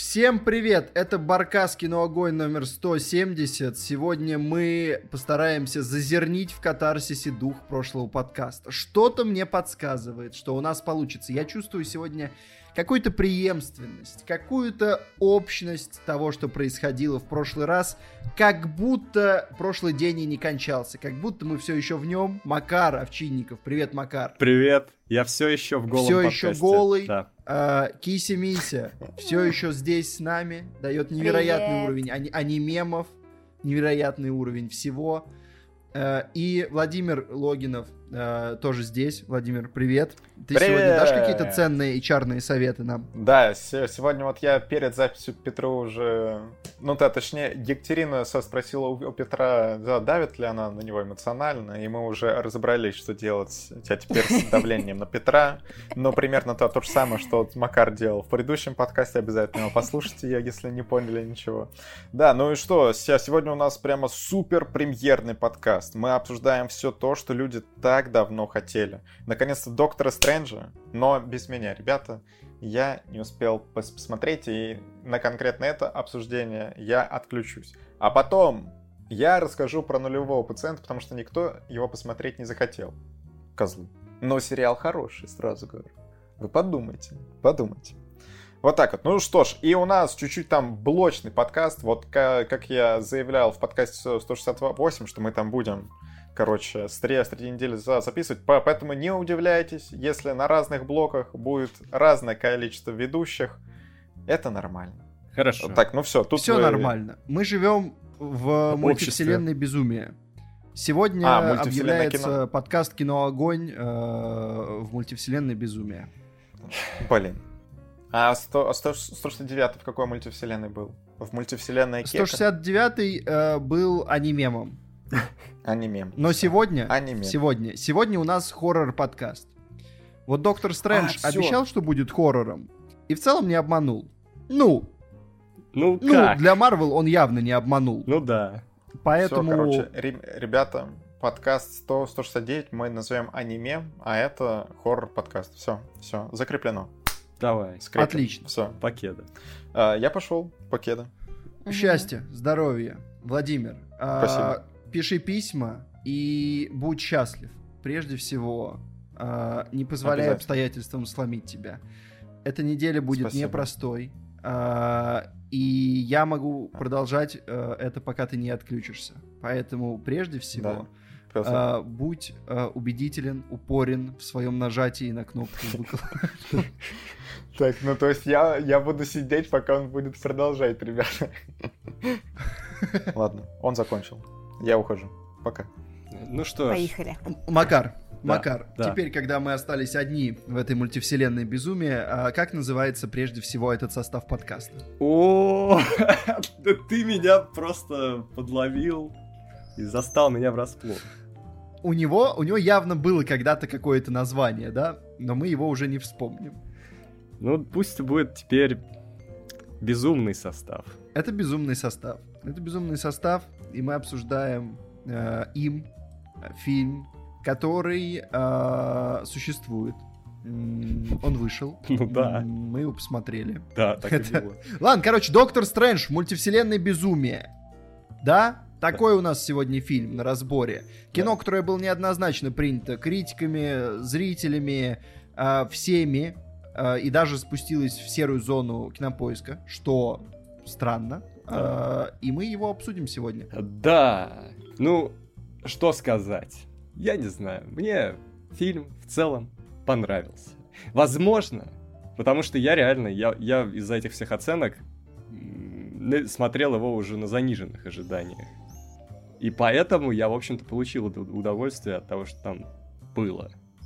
Всем привет! Это Баркас Кино Огонь номер 170. Сегодня мы постараемся зазернить в катарсисе дух прошлого подкаста. Что-то мне подсказывает, что у нас получится. Я чувствую сегодня какую-то преемственность, какую-то общность того, что происходило в прошлый раз, как будто прошлый день и не кончался, как будто мы все еще в нем. Макар Овчинников. Привет, Макар. Привет. Я все еще в голом все подкасте. Еще голый. Да. Кися-Мися все еще здесь с нами, дает невероятный уровень анимемов, невероятный уровень всего. И Владимир Логинов тоже здесь. Владимир, привет. Ты сегодня дашь какие-то ценные HR-ные советы нам? Да, сегодня вот я перед записью Петру уже... точнее, Екатерина спросила у Петра, давит ли она на него эмоционально, и мы уже разобрались, что делать теперь с давлением на Петра. Но примерно то же самое, что Макар делал в предыдущем подкасте. Обязательно послушайте, если не поняли ничего. Да, ну и что, сегодня у нас прямо супер премьерный подкаст. Мы обсуждаем все то, что люди так давно хотели. Наконец-то Доктора Стрэнджа, но без меня, ребята. Я не успел посмотреть, и на конкретно это обсуждение я отключусь. А потом я расскажу про нулевого пациента, потому что никто его посмотреть не захотел. Козлы. Но сериал хороший, сразу говорю. Вы подумайте. Вот так вот. Ну что ж, и у нас чуть-чуть там блочный подкаст. Вот как я заявлял в подкасте 168, что мы там будем... среди недели записывать. Поэтому не удивляйтесь, если на разных блоках будет разное количество ведущих. Это нормально. Хорошо. Так, ну все. Тут все нормально. Мы живем в мультивселенной безумия. Сегодня объявляется кино. Подкаст «Кино Огонь» в мультивселенной безумия. Блин. А 169-й в какой мультивселенной был? В мультивселенной Кека? 169-й был анимемом. Анимем. Но сегодня у нас хоррор-подкаст. Вот Доктор Стрэндж обещал, что будет хоррором, и в целом не обманул. Для Марвел он явно не обманул. Ну да. Поэтому... Все, ребята, подкаст 169 мы назовем аниме, а это хоррор-подкаст. Все, закреплено. Давай. Скреплено. Отлично. Все. Покеда. Я пошел. Покеда. Счастья, здоровья. Владимир. Спасибо. Пиши письма и будь счастлив. Прежде всего, не позволяй обстоятельствам сломить тебя. Эта неделя будет непростой. И я могу продолжать это, пока ты не отключишься. Поэтому, прежде всего, будь убедителен, упорен в своем нажатии на кнопку выкладки. Так, то есть я буду сидеть, пока он будет продолжать, ребята. Ладно, он закончил. Я ухожу. Пока. Ну что ж. Поехали. Макар, да. Теперь, когда мы остались одни в этой мультивселенной безумии, как называется прежде всего этот состав подкаста? Да ты меня просто подловил и застал меня врасплох. У него явно было когда-то какое-то название, да? Но мы его уже не вспомним. Ну, пусть будет теперь безумный состав. Это безумный состав, и мы обсуждаем фильм, который существует. Он вышел. Ну да. Мы его посмотрели. Да, так и было. Ладно, Доктор Стрэндж, мультивселенной безумие. Да? Такой у нас сегодня фильм на разборе. Кино, которое было неоднозначно принято критиками, зрителями, всеми, и даже спустилось в серую зону Кинопоиска, что странно. И мы его обсудим сегодня. Да. Ну, что сказать? Я не знаю. Мне фильм в целом понравился. Возможно, потому что я реально, я из-за этих всех оценок смотрел его уже на заниженных ожиданиях. И поэтому я, в общем-то, получил удовольствие от того, что там было.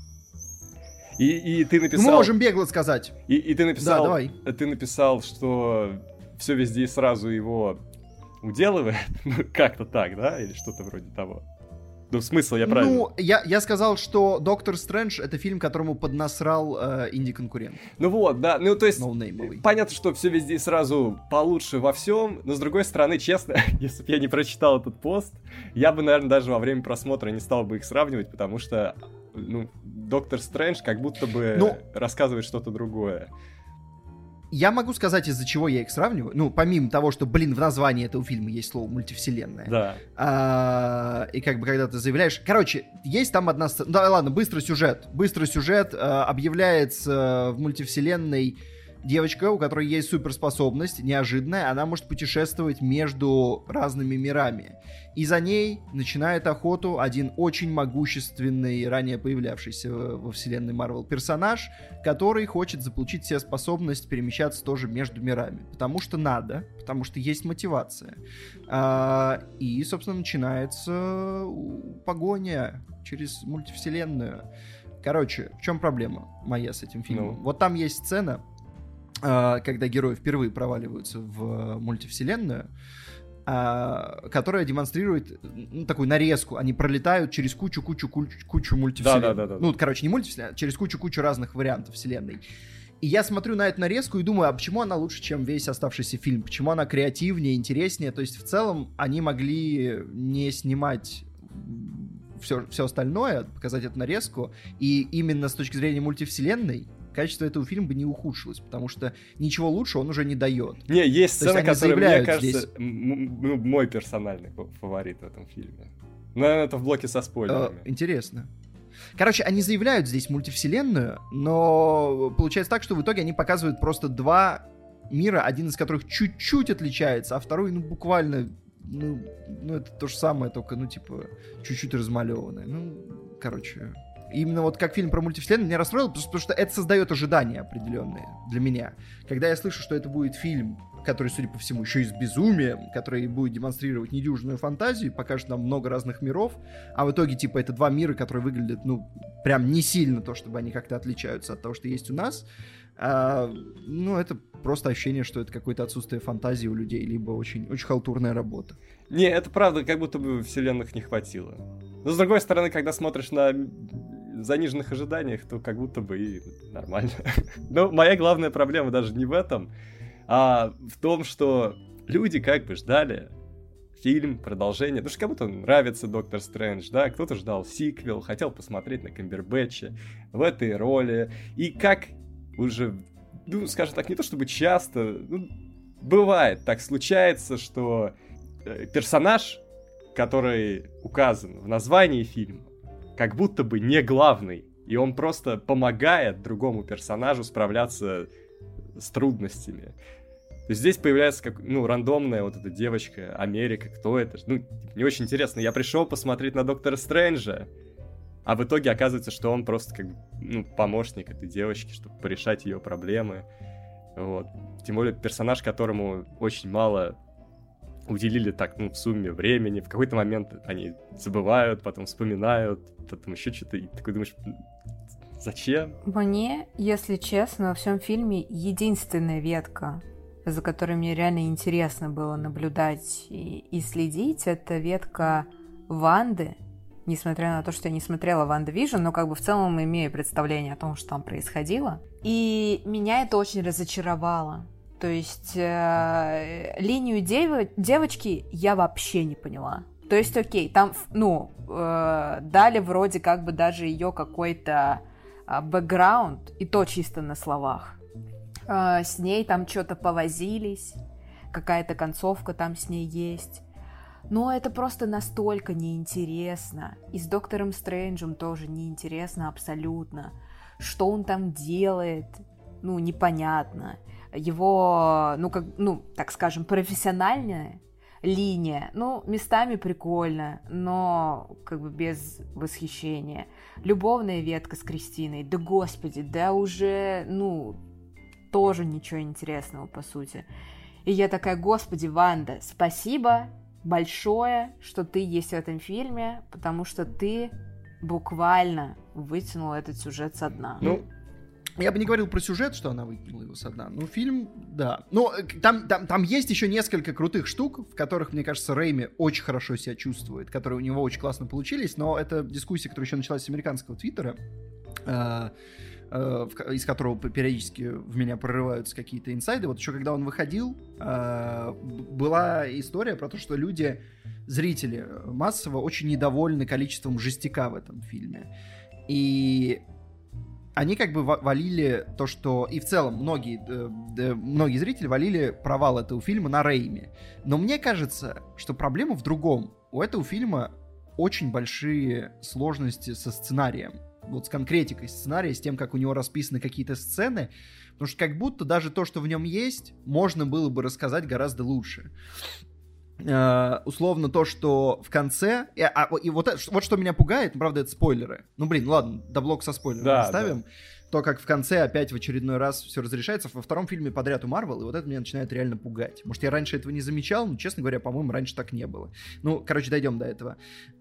И ты написал... Мы можем бегло сказать. И ты написал... Да, давай. Ты написал, что все везде и сразу его уделывает. Ну, как-то так, да? Или что-то вроде того. Ну, смысл я правильно... Ну, я сказал, что Доктор Стрэндж — это фильм, которому поднасрал инди-конкурент. Ну вот, да. Ну, то есть, No-name-овый. понятно, что все везде и сразу получше во всем, но, с другой стороны, честно, если бы я не прочитал этот пост, я бы, наверное, даже во время просмотра не стал бы их сравнивать, потому что, Доктор Стрэндж как будто бы рассказывает что-то другое. Я могу сказать, из-за чего я их сравниваю. Ну, помимо того, что, в названии этого фильма есть слово «мультивселенная». Да. И как бы, когда ты заявляешь... Короче, есть там одна сцена... Да, ладно, быстрый сюжет. Объявляется в мультивселенной девочка, у которой есть суперспособность, неожиданная. Она может путешествовать между разными мирами. И за ней начинает охоту один очень могущественный, ранее появлявшийся во вселенной Марвел персонаж, который хочет заполучить себе способность перемещаться тоже между мирами. Потому что надо, потому что есть мотивация. И, собственно, начинается погоня через мультивселенную. Короче, в чем проблема моя с этим фильмом? Вот там есть сцена, когда герои впервые проваливаются в мультивселенную, которая демонстрирует такую нарезку. Они пролетают через кучу мультивселенной. Да. Ну, короче, не мультивселенной, а через кучу разных вариантов вселенной. И я смотрю на эту нарезку и думаю, а почему она лучше, чем весь оставшийся фильм? Почему она креативнее, интереснее? То есть, в целом, они могли не снимать все остальное, показать эту нарезку, и именно с точки зрения мультивселенной качество этого фильма бы не ухудшилось, потому что ничего лучше он уже не дает. Не, есть сцена, которая, мне кажется, здесь... мой персональный фаворит в этом фильме. Наверное, это в блоке со спойлерами. Интересно. Короче, они заявляют здесь мультивселенную, но получается так, что в итоге они показывают просто два мира, один из которых чуть-чуть отличается, а второй, буквально, это то же самое, только, чуть-чуть размалеванное. Короче... Именно вот как фильм про мультивселенную меня расстроил, потому что это создает ожидания определенные для меня. Когда я слышу, что это будет фильм, который, судя по всему, еще и с безумием, который будет демонстрировать недюжинную фантазию, покажет нам много разных миров, а в итоге, это два мира, которые выглядят, прям не сильно то, чтобы они как-то отличаются от того, что есть у нас, это просто ощущение, что это какое-то отсутствие фантазии у людей, либо очень, очень халтурная работа. Не, это правда, как будто бы вселенных не хватило. Но, с другой стороны, когда смотришь на заниженных ожиданиях, то как будто бы и нормально. Но моя главная проблема даже не в этом, а в том, что люди как бы ждали фильм, продолжение. Потому что кому-то нравится Доктор Стрэндж, да, кто-то ждал сиквел, хотел посмотреть на Камбербэтча в этой роли. И как уже, скажем так, не то чтобы часто, бывает, так случается, что персонаж, который указан в названии фильма, как будто бы не главный, и он просто помогает другому персонажу справляться с трудностями. То есть здесь появляется рандомная вот эта девочка, Америка, кто это? Не очень интересно. Я пришел посмотреть на Доктора Стрэнджа, а в итоге оказывается, что он просто помощник этой девочки, чтобы порешать ее проблемы. Вот. Тем более персонаж, которому очень мало уделили в сумме времени. В какой-то момент они забывают, потом вспоминают, потом еще что-то. И такой думаешь, зачем? Мне, если честно, во всем фильме единственная ветка, за которой мне реально интересно было наблюдать и следить, это ветка Ванды. Несмотря на то, что я не смотрела «Ванда Вижн», но в целом имею представление о том, что там происходило. И меня это очень разочаровало. То есть линию девочки я вообще не поняла. То есть, окей, там, дали вроде даже ее какой-то бэкграунд, и то чисто на словах. С ней там что-то повозились, какая-то концовка там с ней есть. Но это просто настолько неинтересно. И с Доктором Стрэнджем тоже неинтересно абсолютно. Что он там делает, непонятно. Его, так скажем, профессиональная линия, местами прикольно, но без восхищения. Любовная ветка с Кристиной, да господи, да уже, тоже ничего интересного, по сути. И я такая, господи, Ванда, спасибо большое, что ты есть в этом фильме, потому что ты буквально вытянула этот сюжет со дна. Я бы не говорил про сюжет, что она выкинула его со дна. Фильм, да. Но там есть еще несколько крутых штук, в которых, мне кажется, Рэйми очень хорошо себя чувствует, которые у него очень классно получились, но это дискуссия, которая еще началась с американского твиттера, из которого периодически в меня прорываются какие-то инсайды. Вот еще когда он выходил, была история про то, что люди, зрители массово, очень недовольны количеством жестяка в этом фильме. И они как бы валили то, что... И в целом многие зрители валили провал этого фильма на Рэйми. Но мне кажется, что проблема в другом. У этого фильма очень большие сложности со сценарием. Вот с конкретикой сценария, с тем, как у него расписаны какие-то сцены. Потому что как будто даже то, что в нем есть, можно было бы рассказать гораздо лучше. Условно то, что в конце... И вот что меня пугает, правда, это спойлеры. Ну, блин, ладно, доблок со спойлерами оставим. Да. То, как в конце опять в очередной раз все разрешается. Во втором фильме подряд у Марвел, и вот это меня начинает реально пугать. Может, я раньше этого не замечал, но, честно говоря, по-моему, раньше так не было. Ну, короче, дойдем до этого.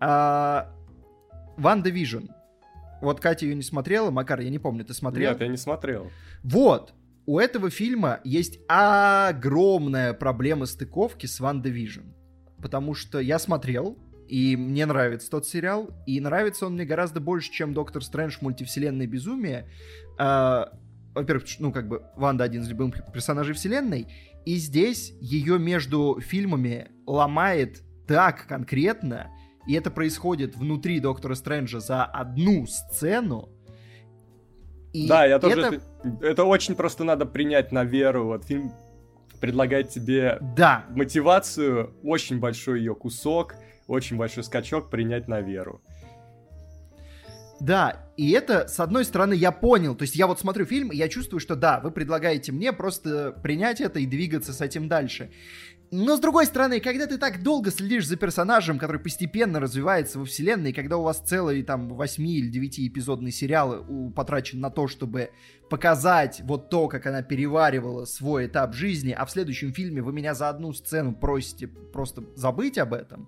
Ванда Вижн. Вот Катя ее не смотрела. Макар, я не помню, ты смотрел? Нет, я не смотрел. Вот. У этого фильма есть огромная проблема стыковки с Ванда Вижн. Потому что я смотрел, и мне нравится тот сериал, и нравится он мне гораздо больше, чем Доктор Стрэндж Мультивселенной Безумие. Во-первых, ну, как бы, Ванда один из любимых персонажей вселенной, и здесь ее между фильмами ломает так конкретно, и это происходит внутри Доктора Стрэнджа за одну сцену. И да, я тоже... Это очень просто надо принять на веру. Вот фильм предлагает тебе мотивацию, очень большой ее кусок, очень большой скачок принять на веру. Да, и это, с одной стороны, я понял. То есть я вот смотрю фильм, и я чувствую, что да, вы предлагаете мне просто принять это и двигаться с этим дальше. Но, с другой стороны, когда ты так долго следишь за персонажем, который постепенно развивается во вселенной, когда у вас целый там 8 или 9-эпизодный сериал потрачен на то, чтобы показать вот то, как она переваривала свой этап жизни, а в следующем фильме вы меня за одну сцену просите просто забыть об этом,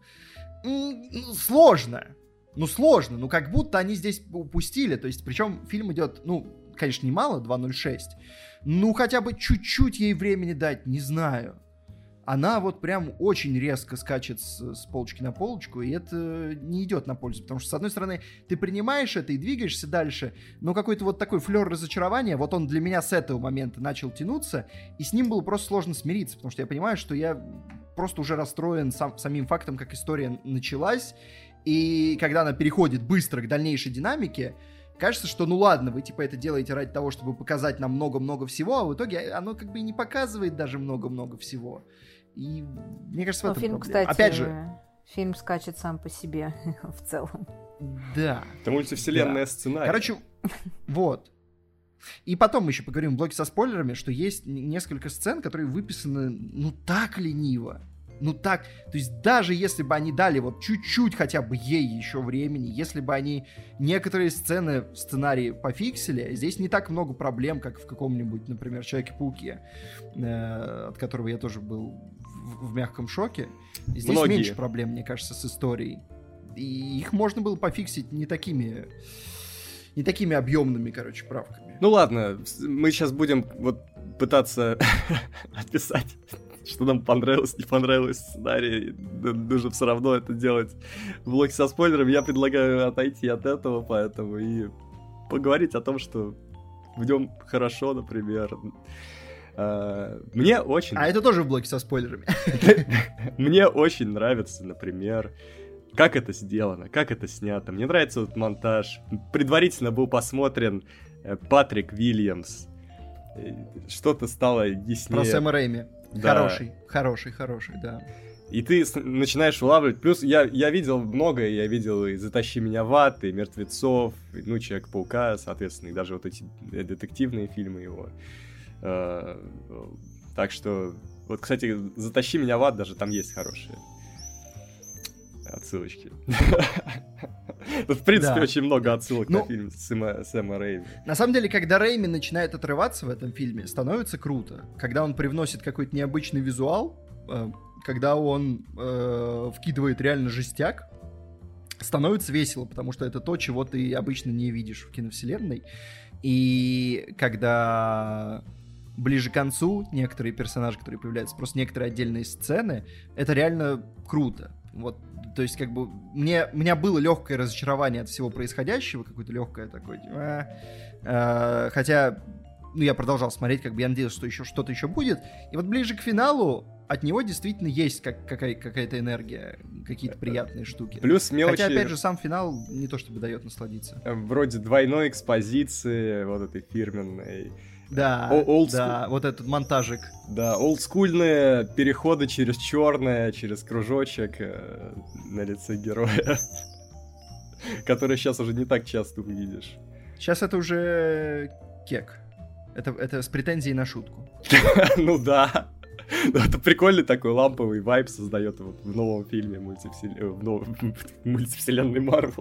сложно. Сложно. Ну, как будто они здесь упустили. То есть, причем фильм идет, ну, конечно, немало, 2.06. Ну, хотя бы чуть-чуть ей времени дать, не знаю. Она вот прям очень резко скачет с полочки на полочку, и это не идет на пользу. Потому что, с одной стороны, ты принимаешь это и двигаешься дальше, но какой-то вот такой флёр разочарования, вот он для меня с этого момента начал тянуться, и с ним было просто сложно смириться, потому что я понимаю, что я просто уже расстроен самим фактом, как история началась, и когда она переходит быстро к дальнейшей динамике, кажется, что ну ладно, вы типа это делаете ради того, чтобы показать нам много-много всего, а в итоге оно как бы и не показывает даже много-много всего. И мне кажется, в этом фильм, проблема. Кстати, опять же, фильм скачет сам по себе в целом. Да. Это мультивселенная сценарий. Короче, вот. И потом мы еще поговорим в блоке со спойлерами, что есть несколько сцен, которые выписаны, ну, так лениво. Ну так, то есть даже если бы они дали вот чуть-чуть хотя бы ей еще времени, если бы они некоторые сцены в сценарии пофиксили, здесь не так много проблем, как в каком-нибудь, например, Человеке-пауке, от которого я тоже был в мягком шоке. Здесь меньше проблем, мне кажется, с историей. И их можно было пофиксить не такими объемными, короче, правками. Ну ладно, мы сейчас будем вот пытаться описать, что нам понравилось, не понравилось в сценарии. Нужно все равно это делать в блоке со спойлерами. Я предлагаю отойти от этого, поэтому и поговорить о том, что в нем хорошо, например. Мне очень... А это тоже в блоке со спойлерами. Мне очень нравится, например, как это сделано, как это снято. Мне нравится вот монтаж. Предварительно был посмотрен Патрик Вильямс. Что-то стало яснее. Про Сэма Рэйми. Да. Хороший, да. И ты начинаешь улавливать. Плюс я видел многое. Я видел и «Затащи меня в ад», и «Мертвецов», и, ну, «Человек-паука», соответственно, и даже вот эти детективные фильмы его. Так что, вот, кстати, «Затащи меня в ад», даже там есть хорошие отсылочки. Тут, в принципе, очень много отсылок на фильм Сэма Рэйми. На самом деле, когда Рэйми начинает отрываться в этом фильме, становится круто. Когда он привносит какой-то необычный визуал, когда он вкидывает реально жестяк, становится весело, потому что это то, чего ты обычно не видишь в киновселенной. И когда ближе к концу некоторые персонажи, которые появляются, просто некоторые отдельные сцены, это реально круто. Вот, то есть, как бы, у меня было легкое разочарование от всего происходящего, какое-то легкое такое, хотя, ну, я продолжал смотреть, как бы, я надеялся, что еще что-то еще будет, и вот ближе к финалу от него действительно есть какая-то энергия, какие-то приятные штуки. Плюс мелочи... Хотя, опять же, сам финал не то чтобы дает насладиться. Вроде двойной экспозиции, вот этой фирменной. Да, да, вот этот монтажик. Да, олдскульные переходы через черное, через кружочек на лице героя, которые сейчас уже не так часто увидишь. Сейчас это уже кек. Это с претензией на шутку. Ну да. Это прикольный такой ламповый вайб создает вот в новом фильме мультивселенной Марвел.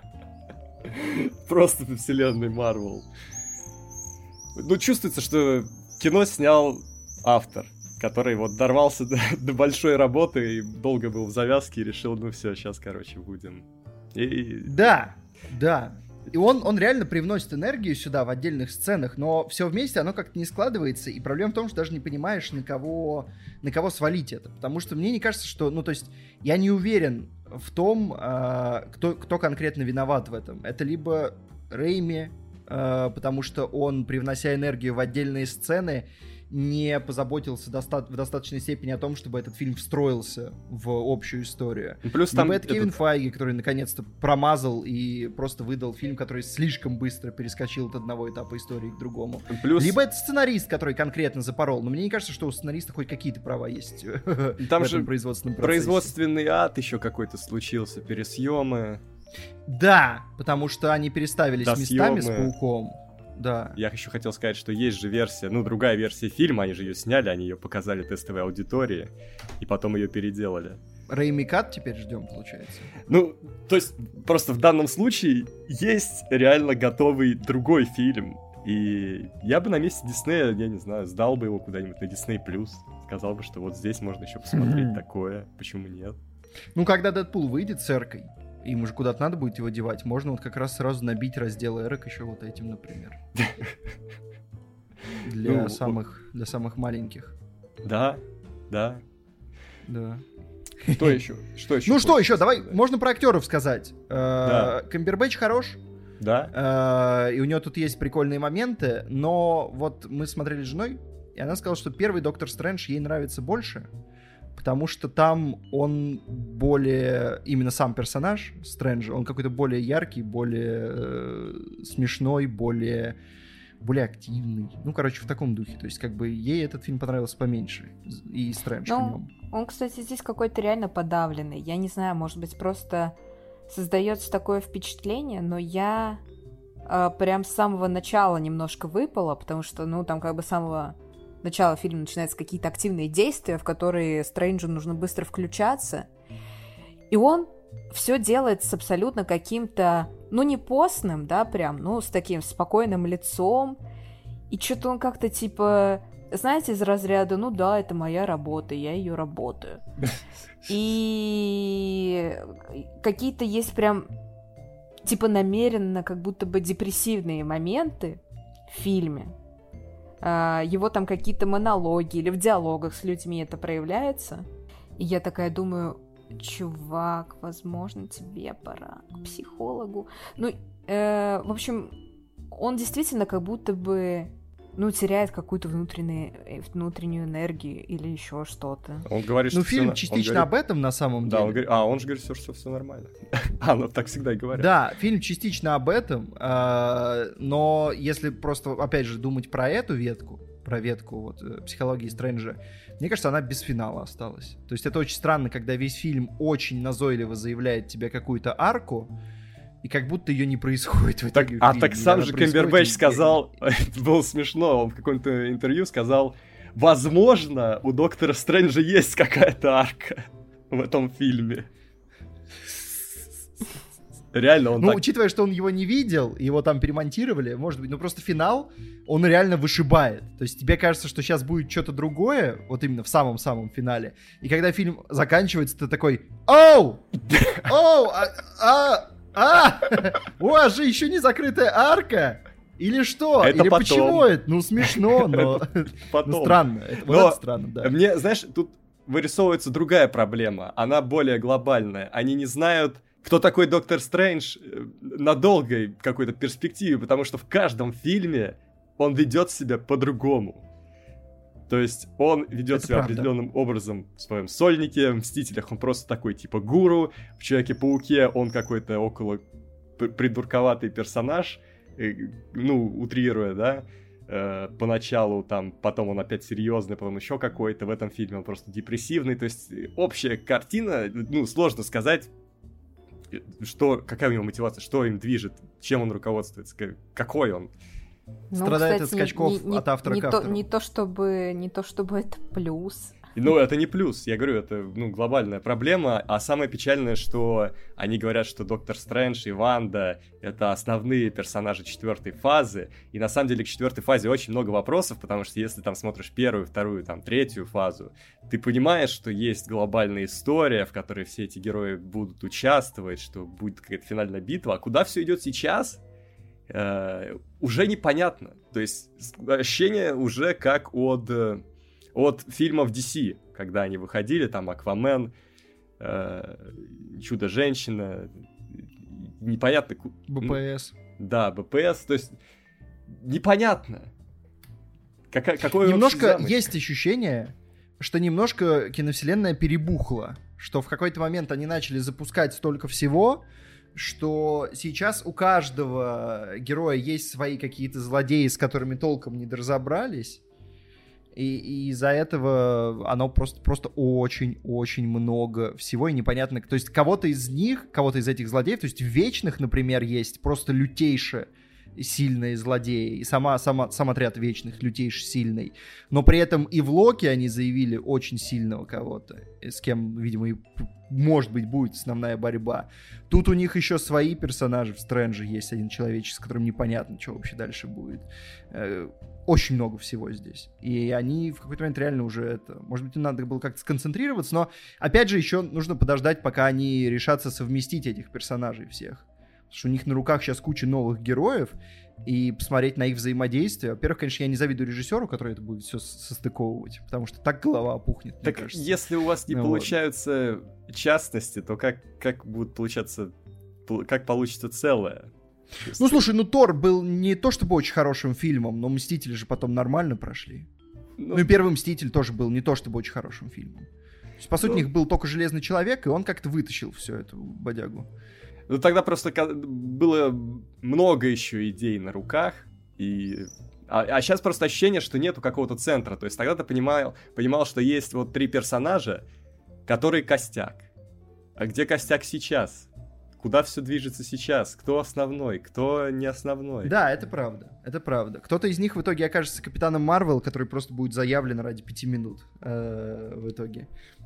Просто вселенной Марвел. Ну, чувствуется, что кино снял автор, который вот дорвался до большой работы и долго был в завязке и решил, ну все, сейчас, короче, будем. Да. И он реально привносит энергию сюда в отдельных сценах, но все вместе оно как-то не складывается, и проблема в том, что даже не понимаешь, на кого свалить это. Потому что мне не кажется, что... Ну, то есть, я не уверен в том, кто конкретно виноват в этом. Это либо Рэйми, потому что он, привнося энергию в отдельные сцены, не позаботился в достаточной степени о том, чтобы этот фильм встроился в общую историю. Плюс там это Кевин Файги, который наконец-то промазал и просто выдал фильм, который слишком быстро перескочил от одного этапа истории к другому. Либо это сценарист, который конкретно запорол. Но мне не кажется, что у сценариста хоть какие-то права есть там в же этом производственном процессе. Производственный ад еще какой-то случился, пересъемы. Да, потому что они переставились местами с Пауком. Да. Я еще хотел сказать, что есть же версия, другая версия фильма, они же ее сняли, они ее показали тестовой аудитории, и потом ее переделали. Рэйми Кат теперь ждем, получается. Ну, то есть, просто в данном случае есть реально готовый другой фильм, и я бы на месте Диснея, я не знаю, сдал бы его куда-нибудь на Disney+, сказал бы, что вот здесь можно еще посмотреть такое, почему нет? Ну, когда Дэдпул выйдет с Эркой, им уже куда-то надо будет его девать, можно вот как раз сразу набить раздел эрок еще вот этим, например. Для самых маленьких. Да. Что еще? Ну что еще? Давай, можно про актеров сказать. Камбербэтч хорош. Да. И у него тут есть прикольные моменты, но вот мы смотрели с женой, и она сказала, что первый Доктор Стрэндж ей нравится больше, потому что там он более... Именно сам персонаж Стрэнджа, он какой-то более яркий, более смешной, более активный. Ну, короче, в таком духе. То есть, как бы, ей этот фильм понравился поменьше. И Стрэндж в нем. Он, кстати, здесь какой-то реально подавленный. Я не знаю, может быть, просто создается такое впечатление, но я прям с самого начала немножко выпала, потому что, там как бы с самого... начала фильма начинаются какие-то активные действия, в которые Стрэнджу нужно быстро включаться. И он все делает с абсолютно каким-то, не постным, да, прям, с таким спокойным лицом. И что-то он как-то типа, знаете, из разряда, да, это моя работа, я ее работаю. И какие-то есть прям, типа, намеренно как будто бы депрессивные моменты в фильме. Его там какие-то монологи или в диалогах с людьми это проявляется. И я такая думаю, чувак, возможно, тебе пора к психологу. В общем, он действительно как будто бы, теряет какую-то внутреннюю энергию или еще что-то. Он говорит, что фильм частично об этом на самом деле. Да, он говорит, он же говорит, что все нормально. Так всегда и говорят. Да, фильм частично об этом, но если просто, опять же, думать про эту ветку, психологии Стрэнджа, мне кажется, она без финала осталась. То есть это очень странно, когда весь фильм очень назойливо заявляет тебе какую-то арку, и как будто ее не происходит в итоге. Так сам же Камбербэтч сказал, было смешно, он в каком-то интервью сказал, возможно, у Доктора Стрэнджа есть какая-то арка в этом фильме. Реально, он учитывая, что он его не видел, его там перемонтировали, может быть, просто финал, он реально вышибает. То есть тебе кажется, что сейчас будет что-то другое, вот именно в самом-самом финале. И когда фильм заканчивается, ты такой, у вас же еще не закрытая арка? Или что? Это Или потом. Почему это? Смешно, но странно. Это странно, да. Мне, знаешь, тут вырисовывается другая проблема. Она более глобальная. Они не знают, кто такой Доктор Стрэндж на долгой какой-то перспективе, потому что в каждом фильме он ведет себя по-другому. То есть он ведет Это себя правда. определенным образом в своем Сольнике, в Мстителях он просто такой типа гуру, в Человеке-пауке он какой-то около придурковатый персонаж, ну, утрируя, да, поначалу там, потом он опять серьезный, потом еще какой-то, в этом фильме он просто депрессивный, то есть общая картина, ну, сложно сказать, какая у него мотивация, что им движет, чем он руководствуется, какой он. Страдает от скачков от автора к автору. Не то чтобы это плюс. Ну, это не плюс, я говорю, это, ну, глобальная проблема, а самое печальное, что они говорят, что Доктор Стрэндж и Ванда — это основные персонажи 4-й фазы, и на самом деле к 4-й фазе очень много вопросов, потому что если там смотришь 1-ю, 2-ю, там 3-ю фазу, ты понимаешь, что есть глобальная история, в которой все эти герои будут участвовать, что будет какая-то финальная битва, а куда все идет сейчас? Уже непонятно, то есть ощущение уже как от фильмов DC, когда они выходили, там Аквамен, Чудо-женщина, непонятно... БПС. Да, БПС, то есть непонятно. Какой немножко есть ощущение, что немножко киновселенная перебухла, что в какой-то момент они начали запускать столько всего, что сейчас у каждого героя есть свои какие-то злодеи, с которыми толком не разобрались, и из-за этого оно просто очень-очень много всего, и непонятно, то есть кого-то из этих злодеев, то есть в Вечных, например, есть просто лютейшие сильные злодеи, и сам отряд Вечных лютейше сильный, но при этом и в Локи они заявили очень сильного кого-то, с кем, видимо, и, может быть, будет основная борьба. Тут у них еще свои персонажи, в Стрэндже есть один человечек, с которым непонятно, что вообще дальше будет. Очень много всего здесь. И они в какой-то момент реально уже это... Может быть, им надо было как-то сконцентрироваться, но, опять же, еще нужно подождать, пока они решатся совместить этих персонажей всех. Потому что у них на руках сейчас куча новых героев, и посмотреть на их взаимодействие. Во-первых, конечно, я не завидую режиссеру, который это будет все состыковывать, потому что так голова опухнет, мне так кажется. Если у вас не получаются частности, то как будет получаться, как получится целое? Ну, слушай, Тор был не то чтобы очень хорошим фильмом, но Мстители же потом нормально прошли. Ну и первый Мститель тоже был не то чтобы очень хорошим фильмом. То есть, по сути, у них был только Железный Человек, и он как-то вытащил всю эту бодягу. Ну, тогда просто было много еще идей на руках, а сейчас просто ощущение, что нету какого-то центра. То есть тогда ты понимал, что есть вот 3 персонажа, которые костяк. А где костяк сейчас? Куда все движется сейчас? Кто основной, кто не основной? Да, это правда, это правда. Кто-то из них в итоге окажется Капитаном Марвел, который просто будет заявлен ради 5 минут в итоге.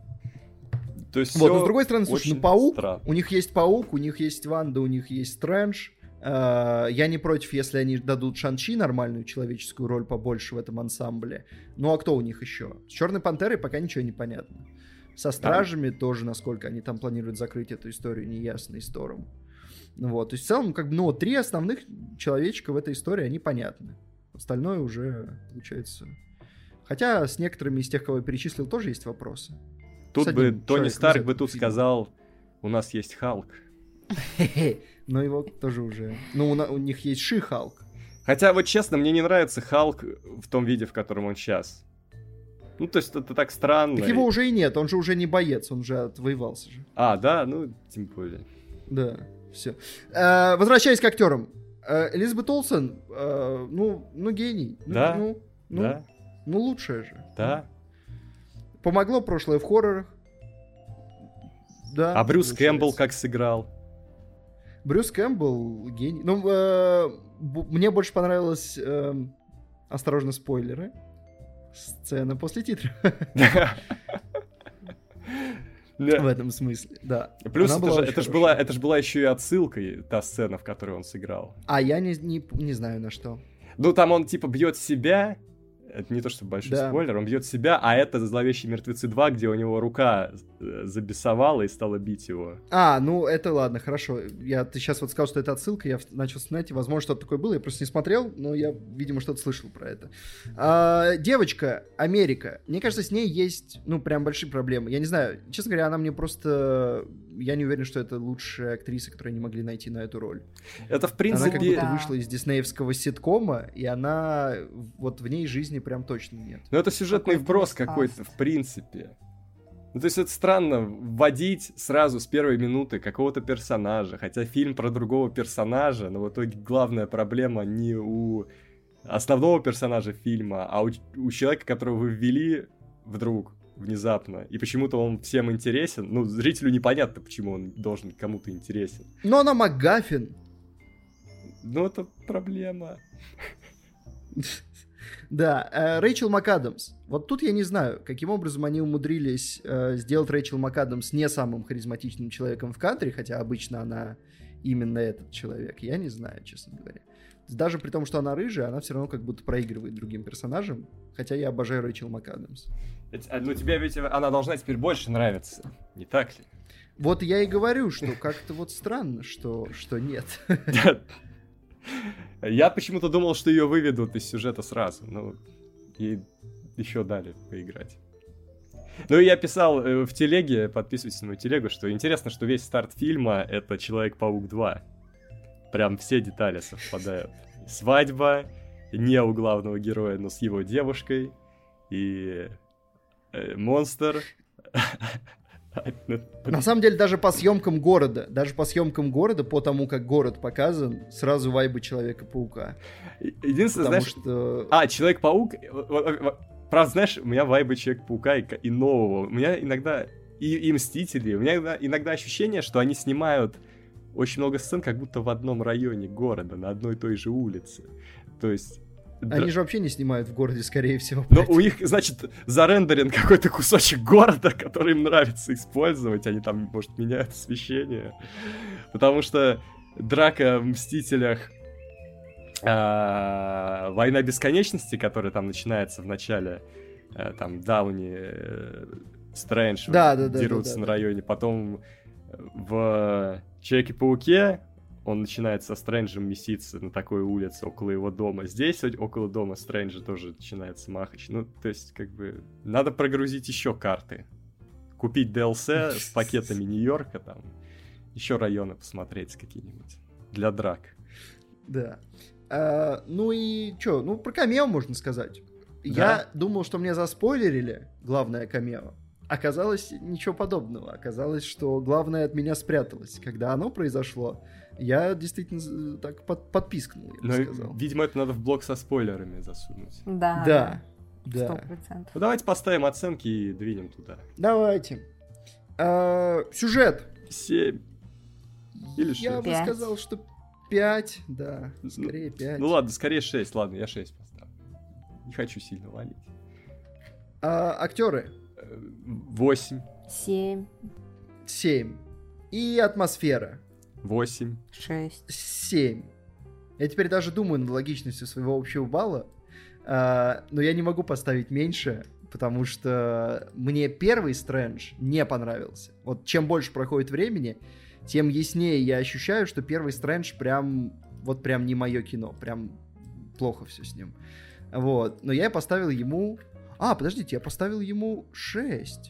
То есть вот, но с другой стороны, слушай, Паук, странно. У них есть Паук, у них есть Ванда, у них есть Стрэндж. Я не против, если они дадут Шан-Чи нормальную человеческую роль побольше в этом ансамбле. Ну а кто у них еще? С Черной Пантерой пока ничего не понятно. Со Стражами тоже, насколько они там планируют закрыть эту историю, неясно, и с Тором. Вот, то есть в целом, 3 основных человечка в этой истории, они понятны. Остальное уже, получается... Хотя с некоторыми из тех, кого я перечислил, тоже есть вопросы. Тут бы Тони Старк бы тут сказал, у нас есть Халк. Но его тоже уже... Ну, у них есть Ши-Халк. Хотя, вот честно, мне не нравится Халк в том виде, в котором он сейчас. Ну, то есть это так странно. Так его уже и нет, он же уже не боец, он же отвоевался же. А, да? Ну, тем более. Да, все. Возвращаясь к актерам. Элизабет Олсен, гений. Да, да. Ну, лучшая же. Да. Помогло прошлое в хоррорах. Да. А Брюс Кэмпбелл как сыграл? Брюс Кэмпбелл гений. Ну, мне больше понравилось... осторожно, спойлеры. Сцена после титров. В этом смысле, да. Плюс это же была еще и отсылкой, та сцена, в которой он сыграл. А я не знаю на что. Ну, там он типа бьет себя. Это не то, что большой спойлер, он бьет себя, а это «Зловещие мертвецы 2», где у него рука забесовала и стала бить его. Это ладно, хорошо. Ты сейчас вот сказал, что это отсылка, я начал вспоминать, и, возможно, что-то такое было, я просто не смотрел, но я, видимо, что-то слышал про это. Девочка, Америка, мне кажется, с ней есть, прям большие проблемы. Я не знаю, честно говоря, она мне просто я не уверен, что это лучшая актриса, которую они могли найти на эту роль. Это, в Она принципе... как будто вышла из диснеевского ситкома, и она... Вот в ней жизни прям точно нет. Ну, это сюжетный вброс какой-то, в принципе. Ну, то есть это странно вводить сразу с первой минуты какого-то персонажа, хотя фильм про другого персонажа, но в итоге главная проблема не у основного персонажа фильма, а у человека, которого вы ввели вдруг внезапно, и почему-то он всем интересен. Ну, зрителю непонятно, почему он должен кому-то интересен. Но она МакГаффин. Ну, это проблема. Да, Рэйчел МакАдамс. Вот тут я не знаю, каким образом они умудрились сделать Рэйчел МакАдамс не самым харизматичным человеком в кадре, хотя обычно она именно этот человек. Я не знаю, честно говоря. Даже при том, что она рыжая, она все равно как будто проигрывает другим персонажам, хотя я обожаю Рэйчел МакАдамс. Ну, тебе ведь она должна теперь больше нравиться, не так ли? Вот я и говорю, что как-то вот странно, что нет. Я почему-то думал, что ее выведут из сюжета сразу, ну, и еще дали поиграть. Ну, и я писал в телеге, подписывайтесь на мою телегу, что интересно, что весь старт фильма — это Человек-паук 2. Прям все детали совпадают. И свадьба, не у главного героя, но с его девушкой, и монстр. На самом деле, даже по съемкам города, по тому, как город показан, сразу вайбы Человека-паука. Единственное, знаешь... Что... Человек-паук... Правда, знаешь, у меня вайбы Человека-паука и нового. У меня иногда... И Мстители. У меня иногда ощущение, что они снимают очень много сцен, как будто в одном районе города, на одной и той же улице. То есть... Они же вообще не снимают в городе, скорее всего. Но у них, значит, зарендерен какой-то кусочек города, который им нравится использовать. Они там, может, меняют освещение. Потому что драка в «Мстителях», «Война бесконечности», которая там начинается в начале, там Дауни, Стрэндж дерутся на районе. Потом в «Человеке-пауке» он начинает со Стрэнджем меситься на такой улице около его дома. Здесь, около дома Стрэнджа, тоже начинается махач. Ну, то есть, как бы, надо прогрузить еще карты. Купить DLC с пакетами Нью-Йорка, там, еще районы посмотреть какие-нибудь. Для драк. Да. Ну и что? Ну, про камео можно сказать. Да. Я думал, что мне заспойлерили главное камео. Оказалось, ничего подобного. Оказалось, что главное от меня спряталось. Когда оно произошло, я действительно так подпискнул, я бы сказал. Видимо, это надо в блок со спойлерами засунуть. Да. 100%. Ну, давайте поставим оценки и двинем туда. Давайте. Сюжет. 7. Или 6. Я бы сказал, что 5. Да, скорее 5. Ну ладно, скорее 6. Ладно, я 6 поставлю. Не хочу сильно валить. Актеры. 8. 7. И атмосфера. 8. 6. 7. Я теперь даже думаю над логичностью своего общего балла, но я не могу поставить меньше, потому что мне первый Стрэндж не понравился. Вот чем больше проходит времени, тем яснее я ощущаю, что первый Стрэндж прям не мое кино, прям плохо все с ним. Вот. Но я поставил ему... подождите, я поставил ему 6.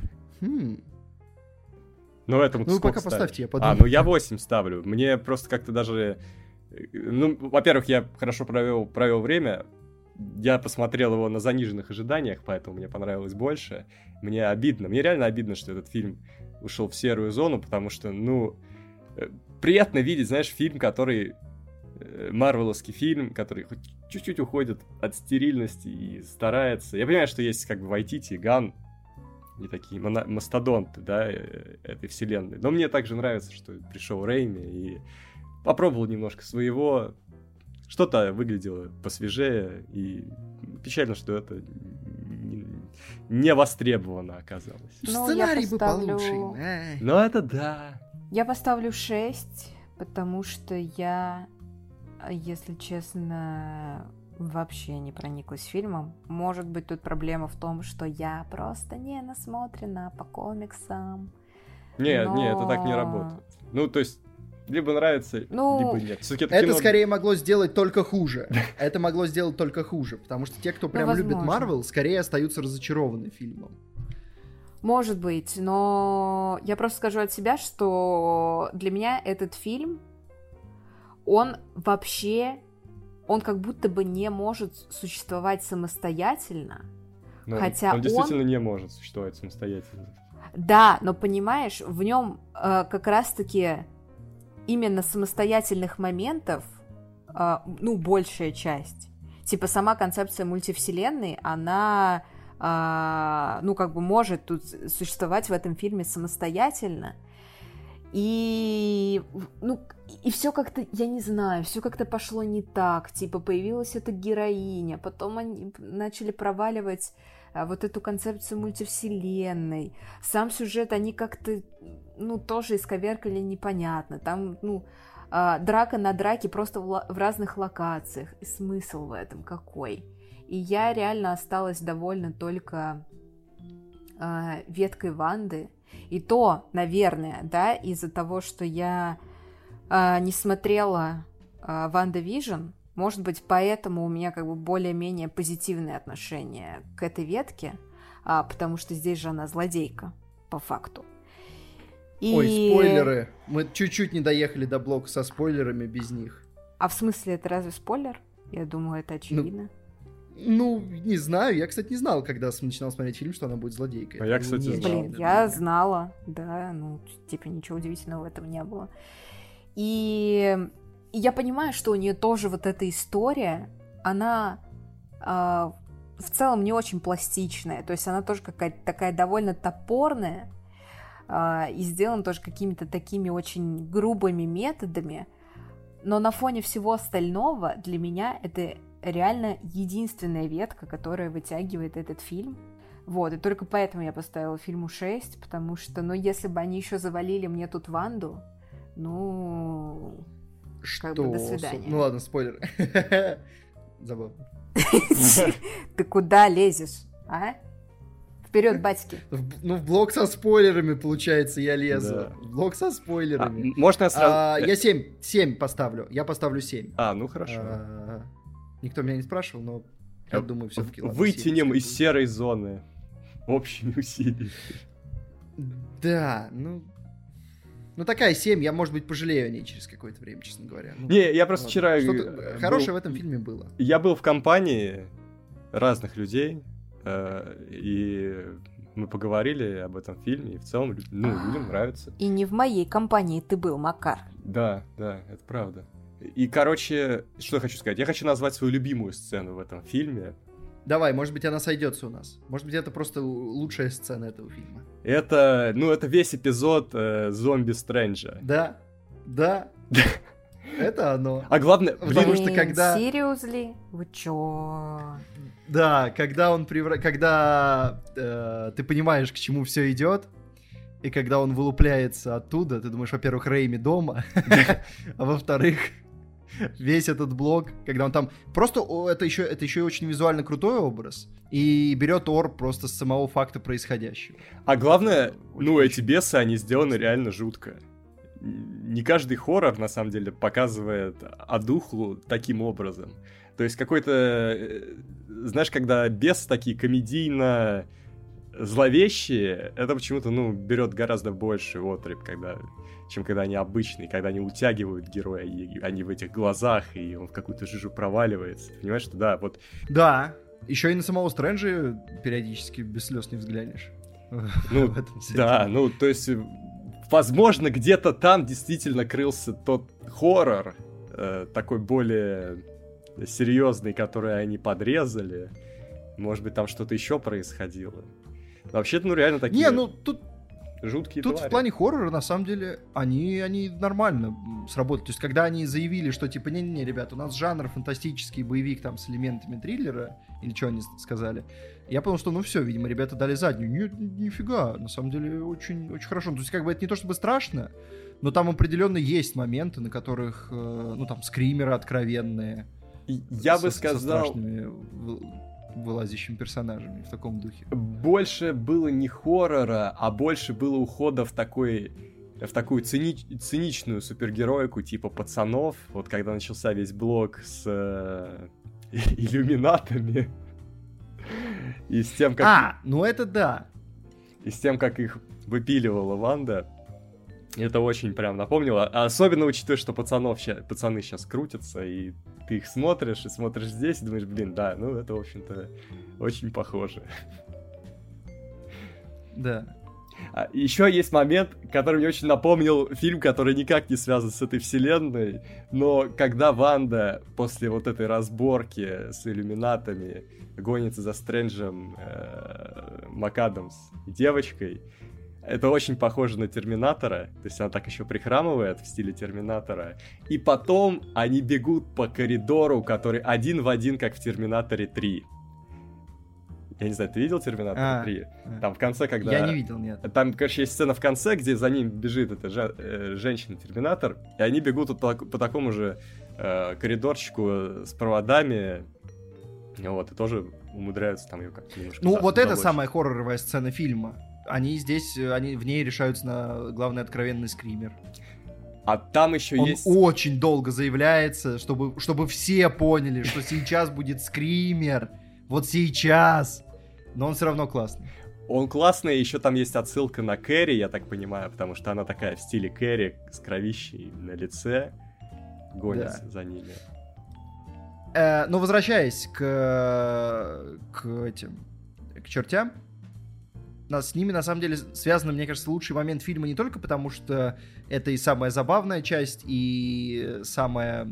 Ну, этому вы пока поставьте, я подумаю. Ну я 8 ставлю. Мне просто как-то даже... Ну, во-первых, я хорошо провел время. Я посмотрел его на заниженных ожиданиях, поэтому мне понравилось больше. Мне обидно. Мне реально обидно, что этот фильм ушел в серую зону, потому что, ну... Приятно видеть, знаешь, фильм, который... Марвеловский фильм, который хоть чуть-чуть уходит от стерильности и старается... Я понимаю, что есть как бы Вайтити и Ганн, и такие мастодонты, да, этой вселенной. Но мне также нравится, что пришел Рэйми и попробовал немножко своего. Что-то выглядело посвежее, и печально, что это не востребовано оказалось. Сценарий бы получше. Ну это да. Я поставлю 6, потому что я, если честно, вообще не прониклась фильмом. Может быть, тут проблема в том, что я просто не насмотрена по комиксам. Нет, это так не работает. Ну, то есть, либо нравится, либо нет. Это скорее могло сделать только хуже. Это могло сделать только хуже, потому что те, кто прям любит Марвел, скорее остаются разочарованы фильмом. Может быть, но я просто скажу от себя, что для меня этот фильм, он как будто бы не может существовать самостоятельно, Но хотя он действительно не может существовать самостоятельно. Да, но понимаешь, в нем как раз-таки именно самостоятельных моментов, большая часть. Типа сама концепция мультивселенной, она, может тут существовать в этом фильме самостоятельно. И все как-то, я не знаю, все как-то пошло не так. Типа появилась эта героиня, потом они начали проваливать вот эту концепцию мультивселенной. Сам сюжет они как-то, тоже исковеркали непонятно. Там, драка на драке просто в разных локациях. И смысл в этом какой? И я реально осталась довольна только веткой Ванды. И то, наверное, да, из-за того, что я не смотрела Ванда Вижн, может быть, поэтому у меня как бы более-менее позитивное отношение к этой ветке, потому что здесь же она злодейка, по факту. Ой, спойлеры. Мы чуть-чуть не доехали до блока со спойлерами без них. А в смысле, это разве спойлер? Я думаю, это очевидно. Не знаю. Я, кстати, не знал, когда начинал смотреть фильм, что она будет злодейкой. А я, кстати, знал. Блин, я знала, да, ничего удивительного в этом не было. И я понимаю, что у нее тоже вот эта история, она в целом не очень пластичная, то есть она тоже какая-то такая довольно топорная и сделана тоже какими-то такими очень грубыми методами, но на фоне всего остального для меня это реально единственная ветка, которая вытягивает этот фильм. Вот, и только поэтому я поставила фильму 6, потому что, если бы они еще завалили мне тут Ванду, как бы до свидания. Ну ладно, спойлер. Забавно. Ты куда лезешь, а? Вперед, батьки. В блок со спойлерами, получается, я лезу. Да. В блок со спойлерами. Можно я сразу... Я 7 поставлю. Я поставлю 7. Ну хорошо. Никто меня не спрашивал, но я думаю, все-таки... Вытянем из серой зоны общими усилиями. Да, такая 7, я, может быть, пожалею о ней через какое-то время, честно говоря. Не, я просто вчера... Что-то хорошее в этом фильме было. Я был в компании разных людей, и мы поговорили об этом фильме, и в целом, людям нравится. И не в моей компании ты был, Макар. Да, это правда. И, короче, что я хочу сказать? Я хочу назвать свою любимую сцену в этом фильме. Давай, может быть, она сойдется у нас. Может быть, это просто лучшая сцена этого фильма. Это весь эпизод «Зомби Стрэнджа». Да. Это оно. А главное, потому что когда... Seriously? Вы чё? Да, когда ты понимаешь, к чему все идет, и когда он вылупляется оттуда, ты думаешь, во-первых, Рэйми дома, а во-вторых, весь этот блок, когда он там... Просто это еще и очень визуально крутой образ, и берет ор просто с самого факта происходящего. А главное, эти бесы, они сделаны реально жутко. Не каждый хоррор, на самом деле, показывает Адухлу таким образом. То есть какой-то... Знаешь, когда бесы такие комедийно зловещие, это почему-то, берет гораздо больше отрыв, чем когда они обычные, когда они утягивают героя, и они в этих глазах, и он в какую-то жижу проваливается. Понимаешь, что да, вот... Да, еще и на самого Стрэнджа периодически без слез не взглянешь. Да, то есть... Возможно, где-то там действительно крылся тот хоррор, такой более серьезный, который они подрезали. Может быть, там что-то еще происходило. Вообще-то, реально такие... тут жуткие Тут твари. В плане хоррора, на самом деле, они нормально сработали. То есть, когда они заявили, что, типа, не-не-не, ребят, у нас жанр фантастический боевик там с элементами триллера, или что они сказали, я понял, что, все, видимо, ребята дали заднюю. Нет, нифига, на самом деле, очень, очень хорошо. То есть, как бы, это не то чтобы страшно, но там определенно есть моменты, на которых, там, скримеры откровенные. Я бы сказал... Со страшными вылазящими персонажами в таком духе. Больше было не хоррора, а больше было ухода в такую циничную супергероику типа пацанов. Вот когда начался весь блок с иллюминатами и с тем, как... это да. и с тем, как их выпиливала Ванда, это очень прям напомнило. А особенно учитывая, что пацаны сейчас крутятся, и ты их смотришь здесь, и думаешь, блин, да, ну это, в общем-то, очень похоже. Да. Еще есть момент, который мне очень напомнил фильм, который никак не связан с этой вселенной, но когда Ванда после вот этой разборки с иллюминатами гонится за Стрэнджем МакАдамс девочкой, это очень похоже на Терминатора, то есть она так еще прихрамывает в стиле Терминатора, и потом они бегут по коридору, который один в один, как в Терминаторе 3. Я не знаю, ты видел Терминатор 3? Там в конце, когда... Я не видел, нет. Там, короче, есть сцена в конце, где за ним бежит эта женщина-терминатор, и они бегут вот по такому же коридорчику с проводами, вот, и тоже умудряются там ее как-то немножко... Ну, вот это самая хорроровая сцена фильма. Они в ней решаются на главный откровенный скример. А там еще Он есть... очень долго заявляется, чтобы все поняли, что сейчас будет скример. Вот сейчас. Но он все равно классный. Он классный, еще там есть отсылка на Кэрри, я так понимаю, потому что она такая в стиле Кэрри, с кровищей на лице, гонится за ними. Но возвращаясь к чертям, с ними, на самом деле, связан, мне кажется, лучший момент фильма не только потому, что это и самая забавная часть, и самая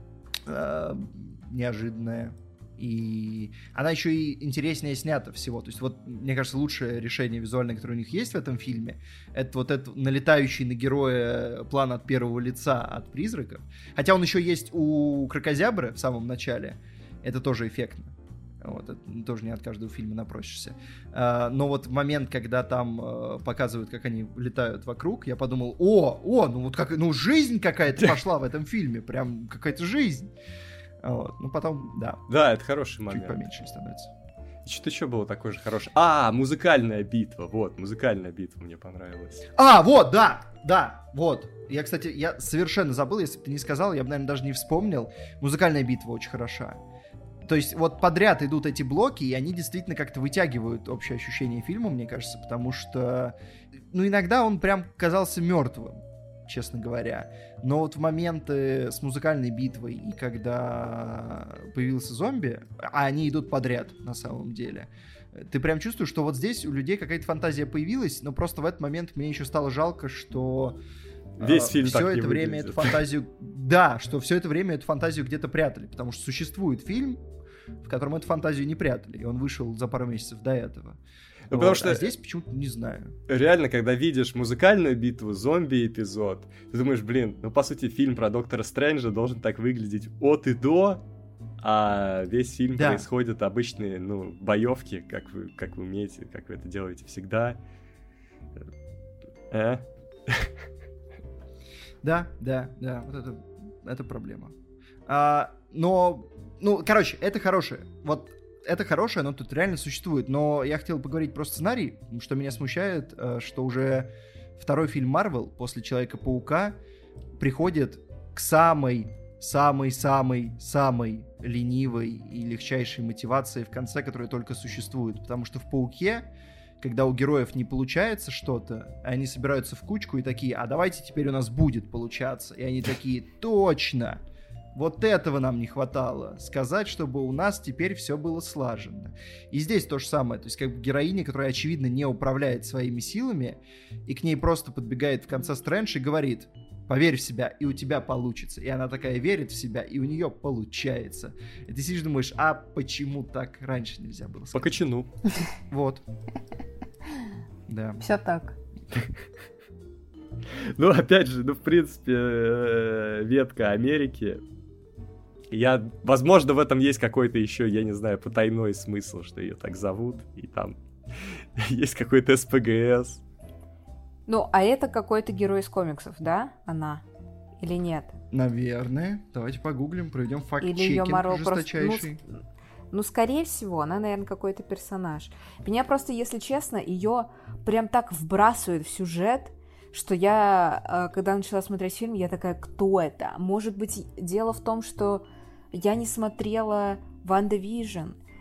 неожиданная, и она еще и интереснее снята всего. То есть вот, мне кажется, лучшее решение визуальное, которое у них есть в этом фильме, это вот этот налетающий на героя план от первого лица от призраков. Хотя он еще есть у Кракозябры в самом начале. Это тоже эффектно. Вот, это тоже не от каждого фильма напросишься. Но вот момент, когда там показывают, как они летают вокруг, я подумал, жизнь какая-то пошла в этом фильме. Прям какая-то жизнь. Вот. Ну, потом, да. Да, это хороший момент. Чуть поменьше становится. Что-то еще было такое же хорошее. Музыкальная битва. Вот, музыкальная битва мне понравилась. Вот. Я, кстати, совершенно забыл, если бы ты не сказал, я бы, наверное, даже не вспомнил. Музыкальная битва очень хороша. То есть вот подряд идут эти блоки, и они действительно как-то вытягивают общее ощущение фильма, мне кажется, потому что, иногда он прям казался мертвым, честно говоря. Но вот в моменты с музыкальной битвой и когда появился зомби, а они идут подряд на самом деле, ты прям чувствуешь, что вот здесь у людей какая-то фантазия появилась, но просто в этот момент мне еще стало жалко, что весь фильм все так это не время выглядит. эту фантазию... Да, что все это время эту фантазию где-то прятали, потому что существует фильм, в котором эту фантазию не прятали, и он вышел за пару месяцев до этого. Потому что здесь почему-то не знаю. Реально, когда видишь музыкальную битву, зомби-эпизод, ты думаешь, по сути, фильм про Доктора Стрэнджа должен так выглядеть от и до, а весь фильм происходит обычные, боевки, как вы умеете, как вы это делаете всегда. Да, вот это проблема. Это хорошее. Вот это хорошее, оно тут реально существует. Но я хотел поговорить про сценарий, что меня смущает, что уже второй фильм Марвел после Человека-паука приходит к самой ленивой и легчайшей мотивации в конце, которая только существует. Потому что в «Пауке», когда у героев не получается что-то, они собираются в кучку и такие, а давайте теперь у нас будет получаться. И они такие, точно! Вот этого нам не хватало. Сказать, чтобы у нас теперь все было слаженно. И здесь то же самое. То есть как бы героиня, которая, очевидно, не управляет своими силами, и к ней просто подбегает в конце Стрэндж и говорит, поверь в себя, и у тебя получится. И она такая верит в себя, и у нее получается. И ты сидишь и думаешь, а почему так раньше нельзя было сказать? По кочану. Вот. Да. Все так. Опять же, в принципе, ветка Америки. Возможно, в этом есть какой-то еще, я не знаю, потайной смысл, что ее так зовут, и там есть какой-то СПГС. А это какой-то герой из комиксов, да, она? Или нет? Наверное. Давайте погуглим, проведем факт-чекинг жесточайший. Скорее всего, она, наверное, какой-то персонаж. Меня просто, если честно, ее прям так вбрасывает в сюжет, что я, когда начала смотреть фильм, я такая, кто это? Может быть, дело в том, что я не смотрела «Ванда Вижн»,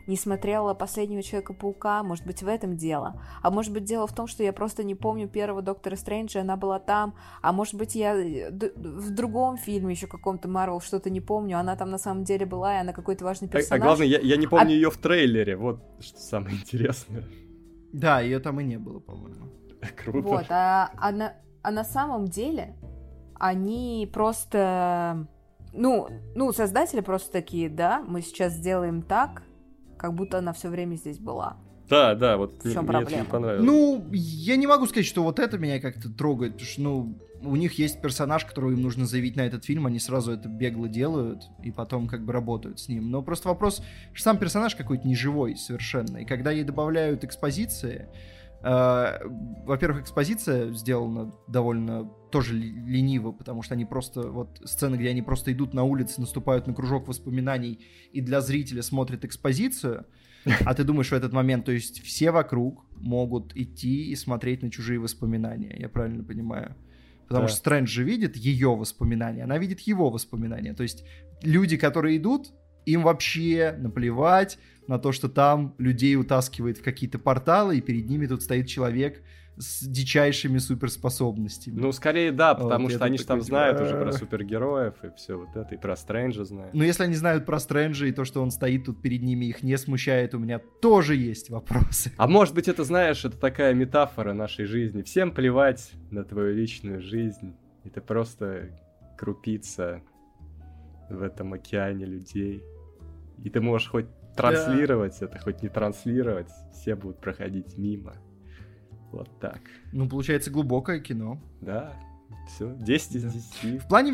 не смотрела «Последнего Человека-паука», может быть, в этом дело. А может быть, дело в том, что я просто не помню первого Доктора Стрэнджа, она была там. А может быть, я в другом фильме еще каком-то Марвел что-то не помню, она там на самом деле была, и она какой-то важный персонаж. А главное, я не помню ее в трейлере, вот что самое интересное. Да, ее там и не было, по-моему. Круто. Вот, а на самом деле они просто... Ну, создатели просто такие, да, мы сейчас сделаем так, как будто она все время здесь была. Да, вот мне это не понравилось. Ну, я не могу сказать, что вот это меня как-то трогает, потому что, у них есть персонаж, которого им нужно заявить на этот фильм, они сразу это бегло делают, и потом как бы работают с ним. Но просто вопрос, что сам персонаж какой-то неживой совершенно, и когда ей добавляют экспозиции, во-первых, экспозиция сделана довольно тоже лениво, потому что они просто, вот сцены, где они просто идут на улице, наступают на кружок воспоминаний и для зрителя смотрят экспозицию, а ты думаешь в этот момент, то есть все вокруг могут идти и смотреть на чужие воспоминания, я правильно понимаю? Потому что Стрэндж же видит ее воспоминания, она видит его воспоминания, то есть люди, которые идут, им вообще наплевать на то, что там людей утаскивает в какие-то порталы, и перед ними тут стоит человек с дичайшими суперспособностями. Ну, скорее, да, потому вот что они же там такой, знают уже про супергероев и все вот это, и про Стрэнджа знают. Но если они знают про Стрэнджа и то, что он стоит тут перед ними, их не смущает, у меня тоже есть вопросы. А может быть, это, знаешь, это такая метафора нашей жизни. Всем плевать на твою личную жизнь. Это просто крупица в этом океане людей. И ты можешь хоть транслировать это, хоть не транслировать, все будут проходить мимо. Вот так. Ну, получается, глубокое кино. Да, все, 10 из 10. В плане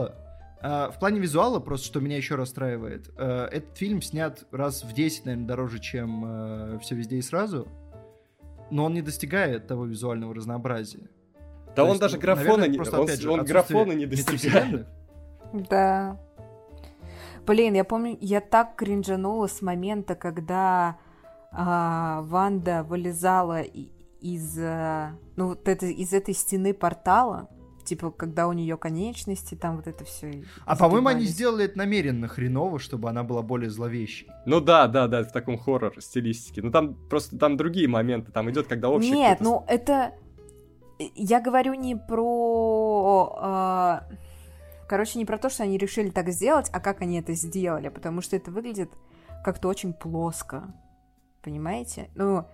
визуала, просто что меня еще расстраивает, этот фильм снят раз в 10, наверное, дороже, чем «Все везде и сразу», но он не достигает того визуального разнообразия. Да он даже графона не достигает. Да. Блин, я помню, я так кринжанула с момента, когда Ванда вылезала из этой стены портала, типа, когда у нее конечности, там вот это все. А по-моему, они сделали это намеренно хреново, чтобы она была более зловещей. Ну да, в таком хоррор-стилистике. Ну там просто там другие моменты, там идет, когда общий... Нет, ну это... Я говорю не про... Короче, не про то, что они решили так сделать, а как они это сделали, потому что это выглядит как-то очень плоско. Понимаете?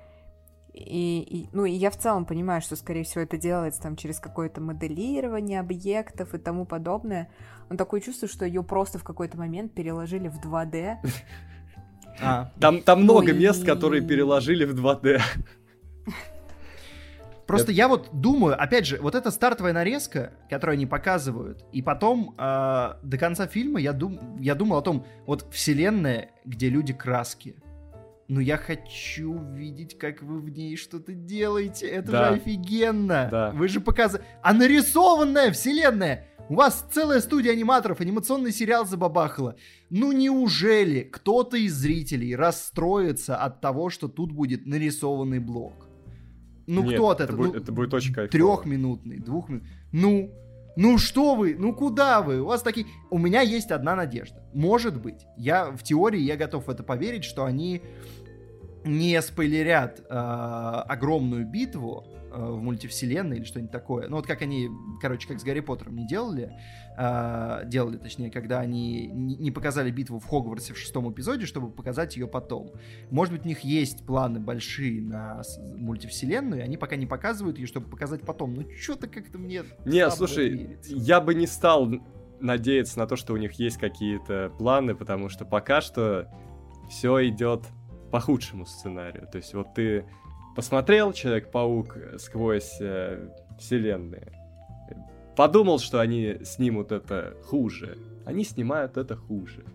И я в целом понимаю, что, скорее всего, это делается там через какое-то моделирование объектов и тому подобное. Но такое чувство, что ее просто в какой-то момент переложили в 2D. Там много мест, которые переложили в 2D. Просто я вот думаю, опять же, вот эта стартовая нарезка, которую они показывают, и потом до конца фильма я думал о том, вот вселенная, где люди краски. Ну, я хочу видеть, как вы в ней что-то делаете. Это же офигенно. Да. Вы же показываете... А нарисованная вселенная! У вас целая студия аниматоров, анимационный сериал забабахало. Ну, неужели кто-то из зрителей расстроится от того, что тут будет нарисованный блок? Ну, нет, кто от этого? Это будет очень кайфово. 3-минутный, 2-минутный. Ну что вы? Ну куда вы? У вас такие... У меня есть одна надежда. Может быть. В теории я готов в это поверить, что они не спойлерят огромную битву в мультивселенной или что-нибудь такое. Ну вот как они, короче, как с Гарри Поттером не делали, точнее, когда они не показали битву в Хогвартсе в 6-м эпизоде, чтобы показать ее потом. Может быть, у них есть планы большие на мультивселенную, и они пока не показывают ее, чтобы показать потом. Ну что-то как-то мне... Не, слушай, я бы не стал надеяться на то, что у них есть какие-то планы, потому что пока что все идет по худшему сценарию. То есть вот ты посмотрел «Человек-паук» сквозь вселенные, подумал, что они снимут это хуже. Они снимают это хуже.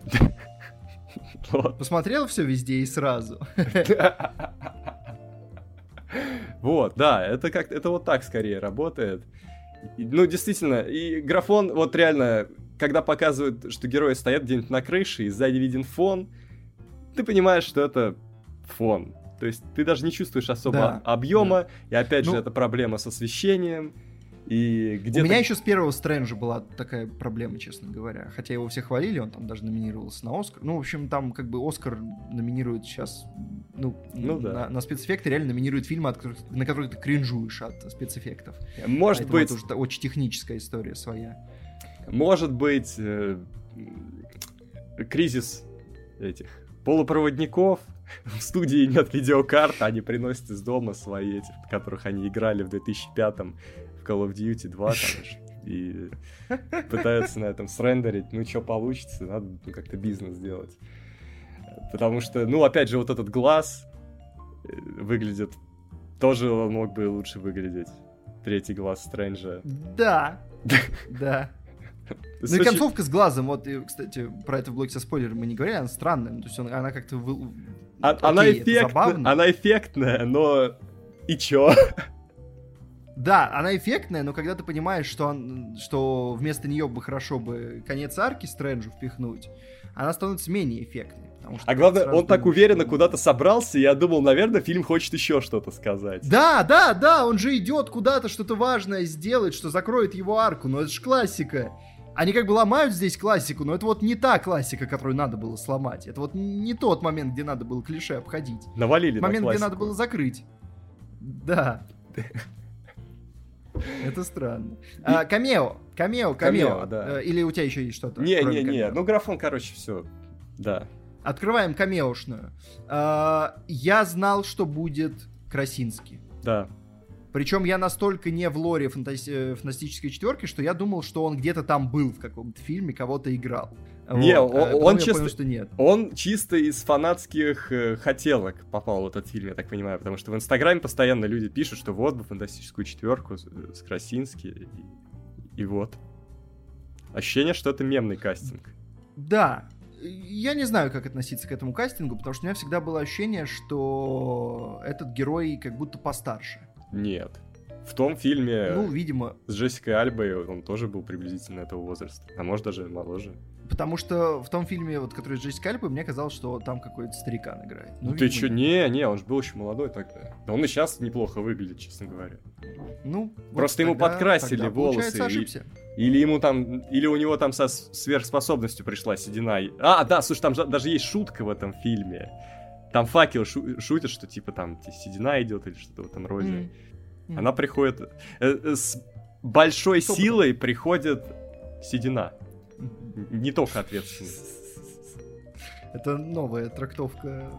Посмотрел все везде и сразу. Вот, да, это вот так скорее работает. Ну, действительно, и графон, вот реально, когда показывают, что герои стоят где-нибудь на крыше, и сзади виден фон, ты понимаешь, что это фон. То есть ты даже не чувствуешь особо объема, и опять же, это проблема с освещением. И где-то... У меня еще с первого Стрэнджа была такая проблема, честно говоря. Хотя его все хвалили, он там даже номинировался на Оскар. Ну, в общем, там как бы Оскар номинирует сейчас... Да. На спецэффекты реально номинирует фильмы, на которых ты кринжуешь от спецэффектов. Может Поэтому быть... это уже очень техническая история своя. Может быть, кризис этих полупроводников. В студии нет видеокарт, они приносят из дома свои эти, в которых они играли в 2005-м в Call of Duty 2 там, и пытаются на этом срендерить. Ну, что получится, надо как-то бизнес делать. Потому что, опять же, вот этот глаз выглядит... Тоже он мог бы лучше выглядеть. Третий глаз Стрэнджа. Да, да. Ну и концовка с глазом, вот, и, кстати, про это в блоге со спойлерами мы не говорили, она странная, то есть она как-то... Она эффектная, но и чё? Да, она эффектная, но когда ты понимаешь, что вместо нее бы хорошо бы конец арки Стрэнджу впихнуть, она становится менее эффектной. А главное, он так уверенно куда-то собрался, и я думал, наверное, фильм хочет еще что-то сказать. Да, он же идет куда-то что-то важное сделать, что закроет его арку, но это же классика. Они как бы ломают здесь классику, но это вот не та классика, которую надо было сломать. Это вот не тот момент, где надо было клише обходить. Навалили момент, на классику. Где надо было закрыть. Да. Это странно. Камео, да. Или у тебя еще есть что-то? Не. Ну, графон, короче, все. Да. Открываем камеошную. Я знал, что будет Красинский. Да. Причем я настолько не в лоре фантастической четверки, что я думал, что он где-то там был в каком-то фильме, кого-то играл. Не, он чисто, понял, что нет. Он чисто из фанатских хотелок попал в этот фильм, я так понимаю, потому что в Инстаграме постоянно люди пишут, что вот бы фантастическую четверку с Красински, и вот. Ощущение, что это мемный кастинг. Да. Я не знаю, как относиться к этому кастингу, потому что у меня всегда было ощущение, что этот герой как будто постарше. Нет. В том фильме видимо... с Джессикой Альбой он тоже был приблизительно этого возраста. А может, даже моложе. Потому что в том фильме, вот, который с Джессикой Альбой, мне казалось, что там какой-то старикан играет. Ты чё? Не, он же был очень молодой тогда. Да он и сейчас неплохо выглядит, честно говоря. вот Просто ему подкрасили волосы. Ошибся. Или у него там со сверхспособностью пришла седина. Да, слушай, там даже есть шутка в этом фильме. Там Факел шутит, что типа там седина идет или что-то в этом роде. Она приходит... С большой силой приходит седина. Не только ответственность. Это новая трактовка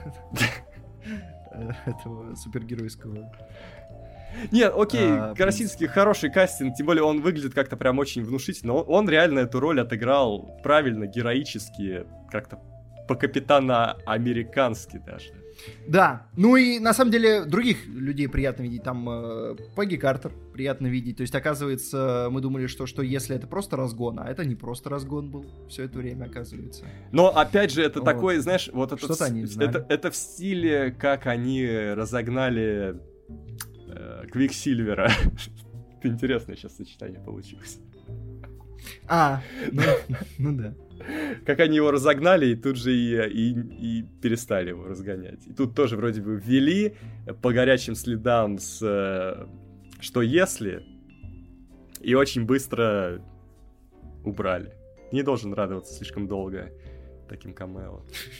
этого супергеройского. Нет, окей, Красинский хороший кастинг, тем более он выглядит как-то прям очень внушительно. Он реально эту роль отыграл правильно, героически, как-то по-капитано-американски даже. Да, ну и на самом деле других людей приятно видеть, там Пегги Картер приятно видеть, то есть оказывается мы думали, что если это просто разгон, а это не просто разгон был все это время, оказывается. Но опять же это такой, знаешь, вот это в стиле, как они разогнали Квиксильвера. Это интересное сейчас сочетание получилось. Ну да. Как они его разогнали, и тут же и перестали его разгонять. И тут тоже вроде бы ввели по горячим следам с «Что если?» и очень быстро убрали. Не должен радоваться слишком долго таким камео.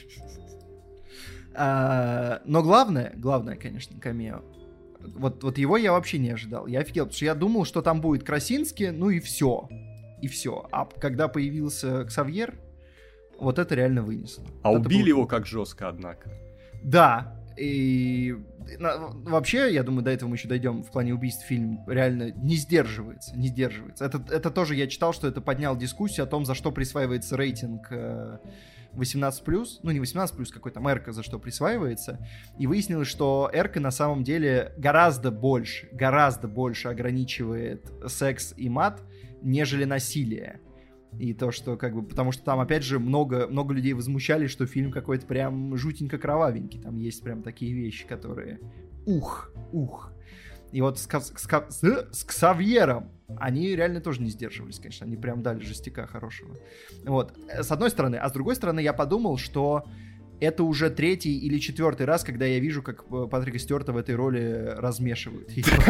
Но главное, конечно, камео. Вот его я вообще не ожидал. Я офигел, потому что я думал, что там будет Красинский, ну и все. И все. А когда появился Ксавьер, вот это реально вынесло. А это убили его как жестко, однако. Да. И вообще, я думаю, до этого мы еще дойдем. В плане убийств фильм реально не сдерживается. Это тоже я читал, что это поднял дискуссию о том, за что присваивается рейтинг 18+, ну не 18+, какой-то Эрка за что присваивается, и выяснилось, что Эрка на самом деле гораздо больше ограничивает секс и мат, нежели насилие. И то, что как бы, потому что там, опять же, много людей возмущались, что фильм какой-то прям жутенько кровавенький, там есть прям такие вещи, которые ух. И вот с Ксавьером они реально тоже не сдерживались, конечно. Они прям дали жестяка хорошего. Вот. С одной стороны. А с другой стороны, я подумал, что это уже 3-й или 4-й раз, когда я вижу, как Патрика Стюарта в этой роли размешивают.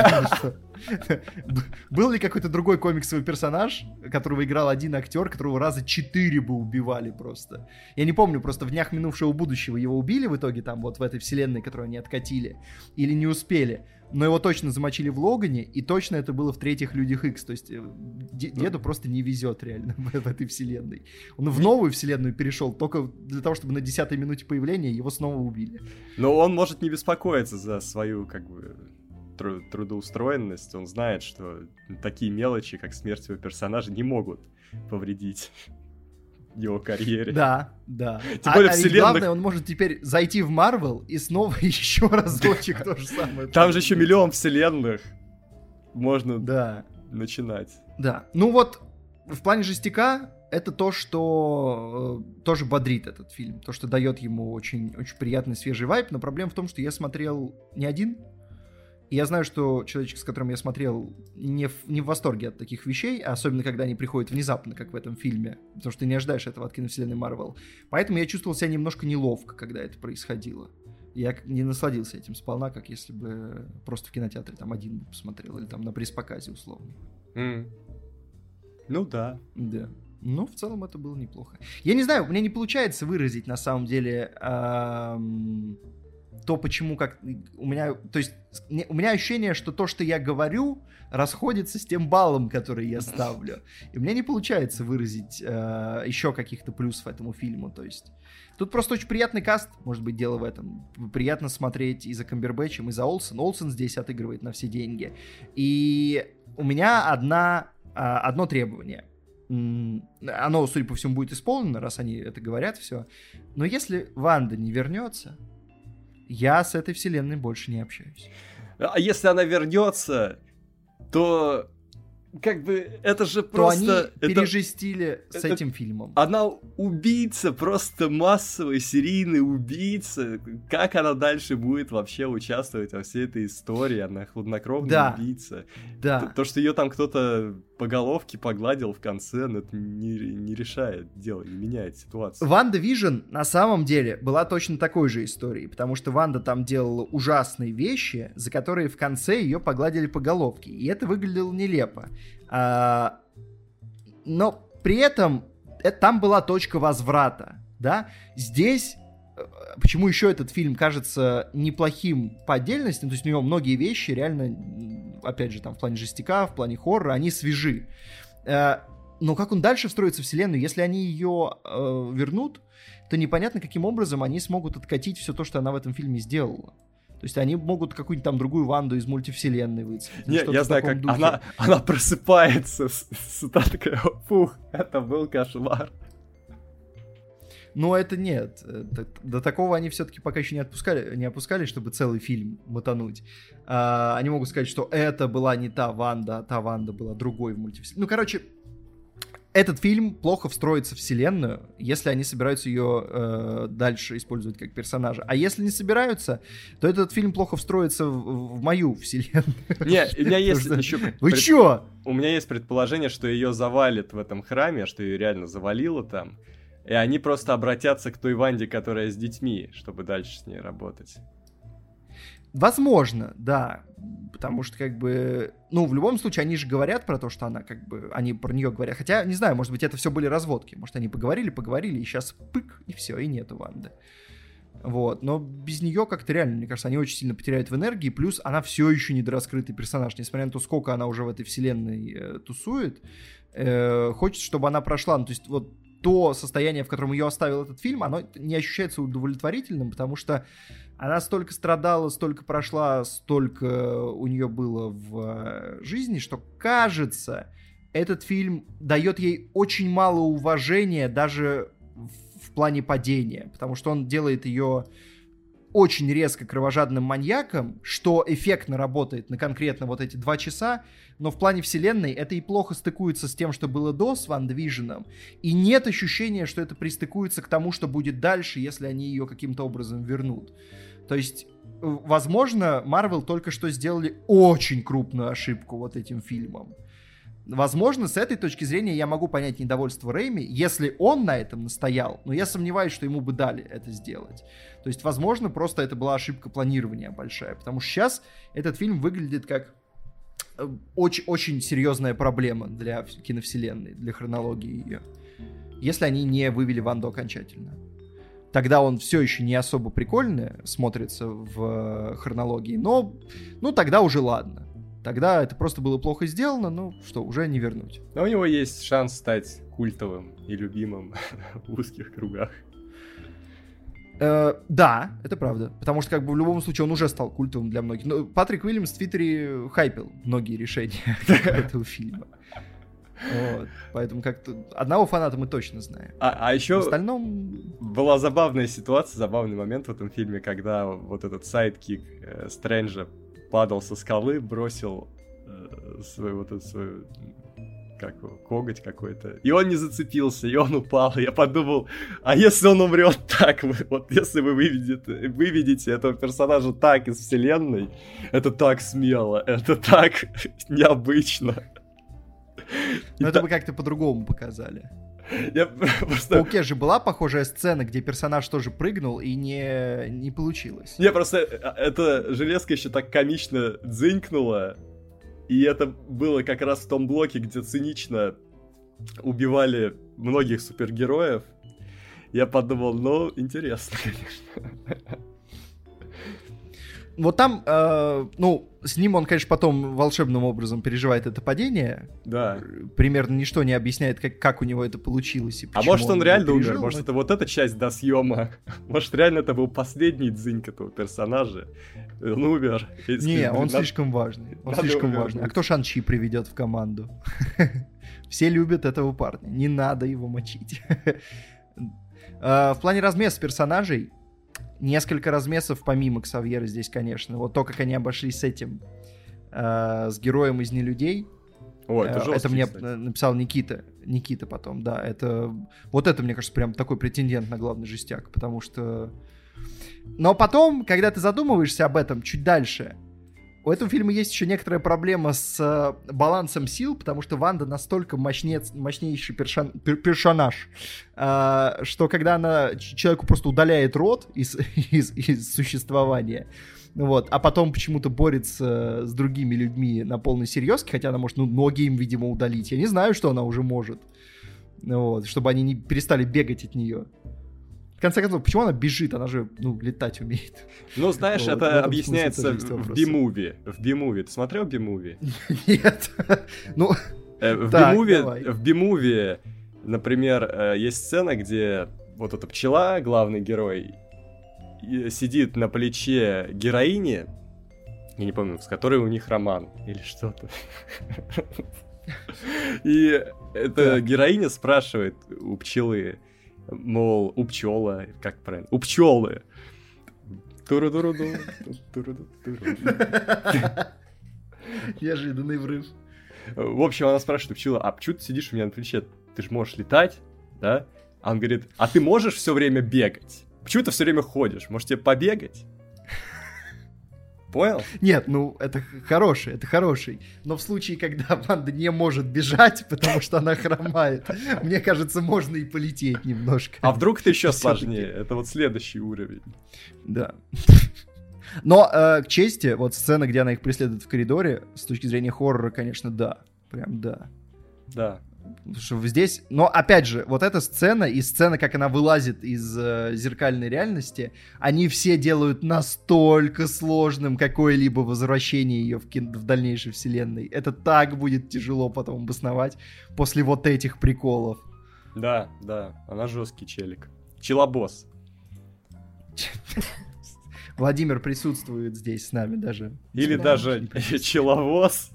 Был ли какой-то другой комиксовый персонаж, которого играл один актер, которого раза 4 бы убивали просто? Я не помню, просто в «Днях минувшего будущего» его убили в итоге там вот в этой вселенной, которую они откатили, или не успели. Но его точно замочили в Логане, и точно это было в «Третьих Людях Икс». То есть деду просто не везет реально в этой вселенной. Он в новую вселенную перешел только для того, чтобы на 10-й минуте появления его снова убили. Но он может не беспокоиться за свою, как бы, трудоустроенность. Он знает, что такие мелочи, как смерть его персонажа, не могут повредить его карьере. Да, да. Тем более вселенных... главное, он может теперь зайти в Марвел и снова еще разочек то же самое. Там же еще миллион вселенных. Можно начинать. Да. Ну вот, в плане жестяка, это то, что тоже бодрит этот фильм. То, что дает ему очень, очень приятный свежий вайб. Но проблема в том, что я смотрел не один. И я знаю, что человечек, с которым я смотрел, не в восторге от таких вещей, особенно когда они приходят внезапно, как в этом фильме, потому что ты не ожидаешь этого от киновселенной Марвел. Поэтому я чувствовал себя немножко неловко, когда это происходило. Я не насладился этим сполна, как если бы просто в кинотеатре там один посмотрел, или там на пресс-показе условно. Ну да. Да. Но в целом это было неплохо. Я не знаю, у меня не получается выразить на самом деле... то, почему как у меня, то есть у меня ощущение, что то, что я говорю, расходится с тем баллом, который я ставлю. И у меня не получается выразить еще каких-то плюсов этому фильму. То есть тут просто очень приятный каст, может быть, дело в этом. Приятно смотреть и за Камбербэтчем, и за Олсен. Олсен здесь отыгрывает на все деньги. И у меня одно требование. Оно, судя по всему, будет исполнено, раз они это говорят, все. Но если Ванда не вернется, я с этой вселенной больше не общаюсь. А если она вернется, то как бы это же просто... То они пережестили с этим фильмом. Она убийца, просто массовый серийный убийца. Как она дальше будет вообще участвовать во всей этой истории? Она хладнокровный убийца. Да. То, что ее там кто-то по головке погладил в конце, но это не решает дело, не меняет ситуацию. Ванда Вижн на самом деле была точно такой же историей, потому что Ванда там делала ужасные вещи, за которые в конце ее погладили по головке, и это выглядело нелепо. Но при этом там была точка возврата, да? Здесь, почему еще этот фильм кажется неплохим по отдельности, то есть у него многие вещи реально, опять же, там в плане жестяка, в плане хоррора, они свежи. Но как он дальше встроится в вселенную, если они ее вернут, то непонятно, каким образом они смогут откатить все то, что она в этом фильме сделала. То есть они могут какую-нибудь там другую Ванду из мультивселенной выцепить. Не, я знаю, как она просыпается с такая, фух, это был кошмар. Но это нет. До такого они все-таки пока еще не опускали, чтобы целый фильм мотануть. Они могут сказать, что это была не та Ванда, а та Ванда была другой в мультивселенной. Ну, короче, этот фильм плохо встроится в вселенную, если они собираются ее дальше использовать как персонажа. А если не собираются, то этот фильм плохо встроится в мою вселенную. Не, у меня есть еще... Вы чё? У меня есть предположение, что ее завалит в этом храме, что ее реально завалило там, и они просто обратятся к той Ванде, которая с детьми, чтобы дальше с ней работать. Возможно, да, потому что, как бы, ну, в любом случае, они же говорят про то, что она, как бы, они про нее говорят, хотя, не знаю, может быть, это все были разводки, может, они поговорили, и сейчас пык, и все, и нету Ванды. Вот, но без нее как-то реально, мне кажется, они очень сильно потеряют в энергии, плюс она все еще недораскрытый персонаж, несмотря на то, сколько она уже в этой вселенной тусует, хочется, чтобы она прошла, ну, то есть, вот, то состояние, в котором ее оставил этот фильм, оно не ощущается удовлетворительным, потому что она столько страдала, столько прошла, столько у нее было в жизни, что, кажется, этот фильм дает ей очень мало уважения даже в плане падения, потому что он делает ее очень резко кровожадным маньяком, что эффектно работает на конкретно вот эти 2 часа, но в плане вселенной это и плохо стыкуется с тем, что было до, с Ван Движеном, и нет ощущения, что это пристыкуется к тому, что будет дальше, если они ее каким-то образом вернут. То есть, возможно, Marvel только что сделали очень крупную ошибку вот этим фильмом. Возможно, с этой точки зрения я могу понять недовольство Рэйми, если он на этом настоял, но я сомневаюсь, что ему бы дали это сделать. То есть, возможно, просто это была ошибка планирования большая, потому что сейчас этот фильм выглядит как очень серьезная проблема для киновселенной, для хронологии ее. Если они не вывели Ванду окончательно. Тогда он все еще не особо прикольно смотрится в хронологии, но тогда уже ладно. Тогда это просто было плохо сделано, ну что, уже не вернуть. Но у него есть шанс стать культовым и любимым в узких кругах. Да, это правда. Потому что, в любом случае, он уже стал культовым для многих. Но Патрик Уильямс в Твиттере хайпил многие решения этого фильма. Вот. Поэтому как-то одного фаната мы точно знаем. А еще в остальном... была забавная ситуация, забавный момент в этом фильме, когда вот этот сайдкик Стрэнджа падал со скалы, бросил свой коготь какой-то, и он не зацепился, и он упал. И я подумал, а если он умрет так, вот если вы выведете этого персонажа так из вселенной, это так смело, это так необычно. Но это бы как-то по-другому показали. В «Пауке» же была похожая сцена, где персонаж тоже прыгнул, и не получилось. Не, просто эта железка еще так комично дзынькнула, и это было как раз в том блоке, где цинично убивали многих супергероев. Я подумал, интересно, конечно. Вот там, с ним он, конечно, потом волшебным образом переживает это падение. Да. Примерно ничто не объясняет, как у него это получилось и почему. А может, он реально пережил, умер? Может, это вот эта часть до съема? Может, реально это был последний дзыньк этого персонажа? Он умер. Не, он слишком важный. Он слишком важный. А кто Шан-Чи приведет в команду? Все любят этого парня. Не надо его мочить. В плане размеса персонажей несколько размесов помимо Ксавьера здесь, конечно. Вот то, как они обошлись с этим, с героем из «Нелюдей». О, это жестко, это мне кстати. написал Никита потом, да. Вот это, мне кажется, прям такой претендент на главный жестяк, потому что... Но потом, когда ты задумываешься об этом чуть дальше, у этого фильма есть еще некоторая проблема с балансом сил, потому что Ванда настолько мощнейший персонаж, что когда она человеку просто удаляет рот из существования, вот, а потом почему-то борется с другими людьми на полной серьезке, хотя она может ноги им, видимо, удалить. Я не знаю, что она уже может, вот, чтобы они не перестали бегать от нее. В конце концов, почему она бежит? Она же, летать умеет. Знаешь, вот, это объясняется в Би-муви. В Би-муви. Ты смотрел Би-муви? Нет. В Би-муви, например, есть сцена, где вот эта пчела, главный герой, сидит на плече героини, я не помню, с которой у них роман или что-то. И эта героиня спрашивает у пчелы, мол, у пчела, как правильно? У пчелы. Туру-туру-ду, туру-ду-туру. Неожиданный врыв. В общем, она спрашивает у пчелы, а почему ты сидишь у меня на плече? Ты же можешь летать, да? А он говорит, а ты можешь все время бегать? Почему ты все время ходишь? Может, тебе побегать? Понял? Нет, это хороший. Но в случае, когда Ванда не может бежать, потому что она хромает, мне кажется, можно и полететь немножко. А вдруг это еще сложнее? Это вот следующий уровень. Да. Но, к чести, вот сцена, где она их преследует в коридоре, с точки зрения хоррора, конечно, да. Прям да. Да. Потому что здесь... Но, опять же, вот эта сцена и сцена, как она вылазит из зеркальной реальности, они все делают настолько сложным какое-либо возвращение ее в дальнейшей вселенной. Это так будет тяжело потом обосновать после вот этих приколов. Да, она жесткий челик. Челобосс. Владимир присутствует здесь с нами даже. Или даже человоз.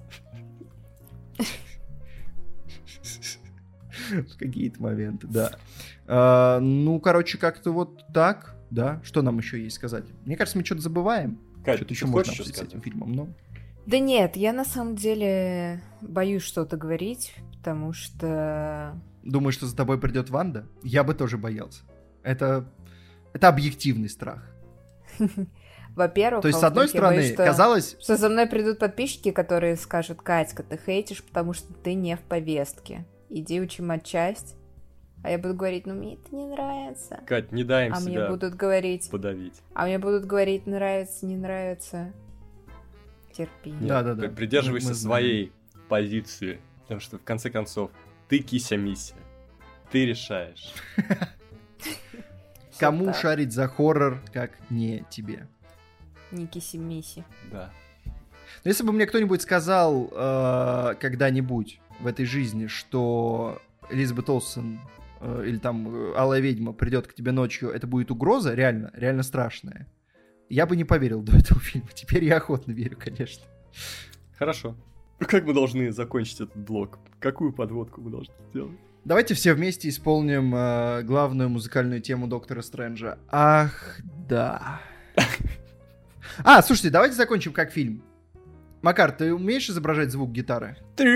В какие-то моменты, да. Короче, как-то вот так, да. Что нам еще есть сказать? Мне кажется, мы что-то забываем. Кать, что-то еще можно обсудить с этим фильмом, но... Да нет, я на самом деле боюсь что-то говорить, потому что... Думаешь, что за тобой придет Ванда? Я бы тоже боялся. Это объективный страх. Во-первых, То есть, с одной стороны, казалось... Что за мной придут подписчики, которые скажут: Катька, ты хейтишь, потому что ты не в повестке. Иди учи матчасть. А я буду говорить: ну, мне это не нравится. Кать, не дай им себя мне будут говорить подавить. А мне будут говорить: нравится, не нравится. Терпи. Да. Придерживайся своей позиции. Потому что, в конце концов, ты кися-мися. Ты решаешь. Кому шарить за хоррор, как не тебе? Не киси-миси. Да. Но если бы мне кто-нибудь сказал когда-нибудь в этой жизни, что Элизабет Олсен или там Алая ведьма придет к тебе ночью, это будет угроза, реально страшная, я бы не поверил до этого фильма. Теперь я охотно верю, конечно. Хорошо. Как мы должны закончить этот блок? Какую подводку мы должны сделать? Давайте все вместе исполним главную музыкальную тему Доктора Стрэнджа. Ах, да. Слушайте, давайте закончим как фильм. Макар, ты умеешь изображать звук гитары?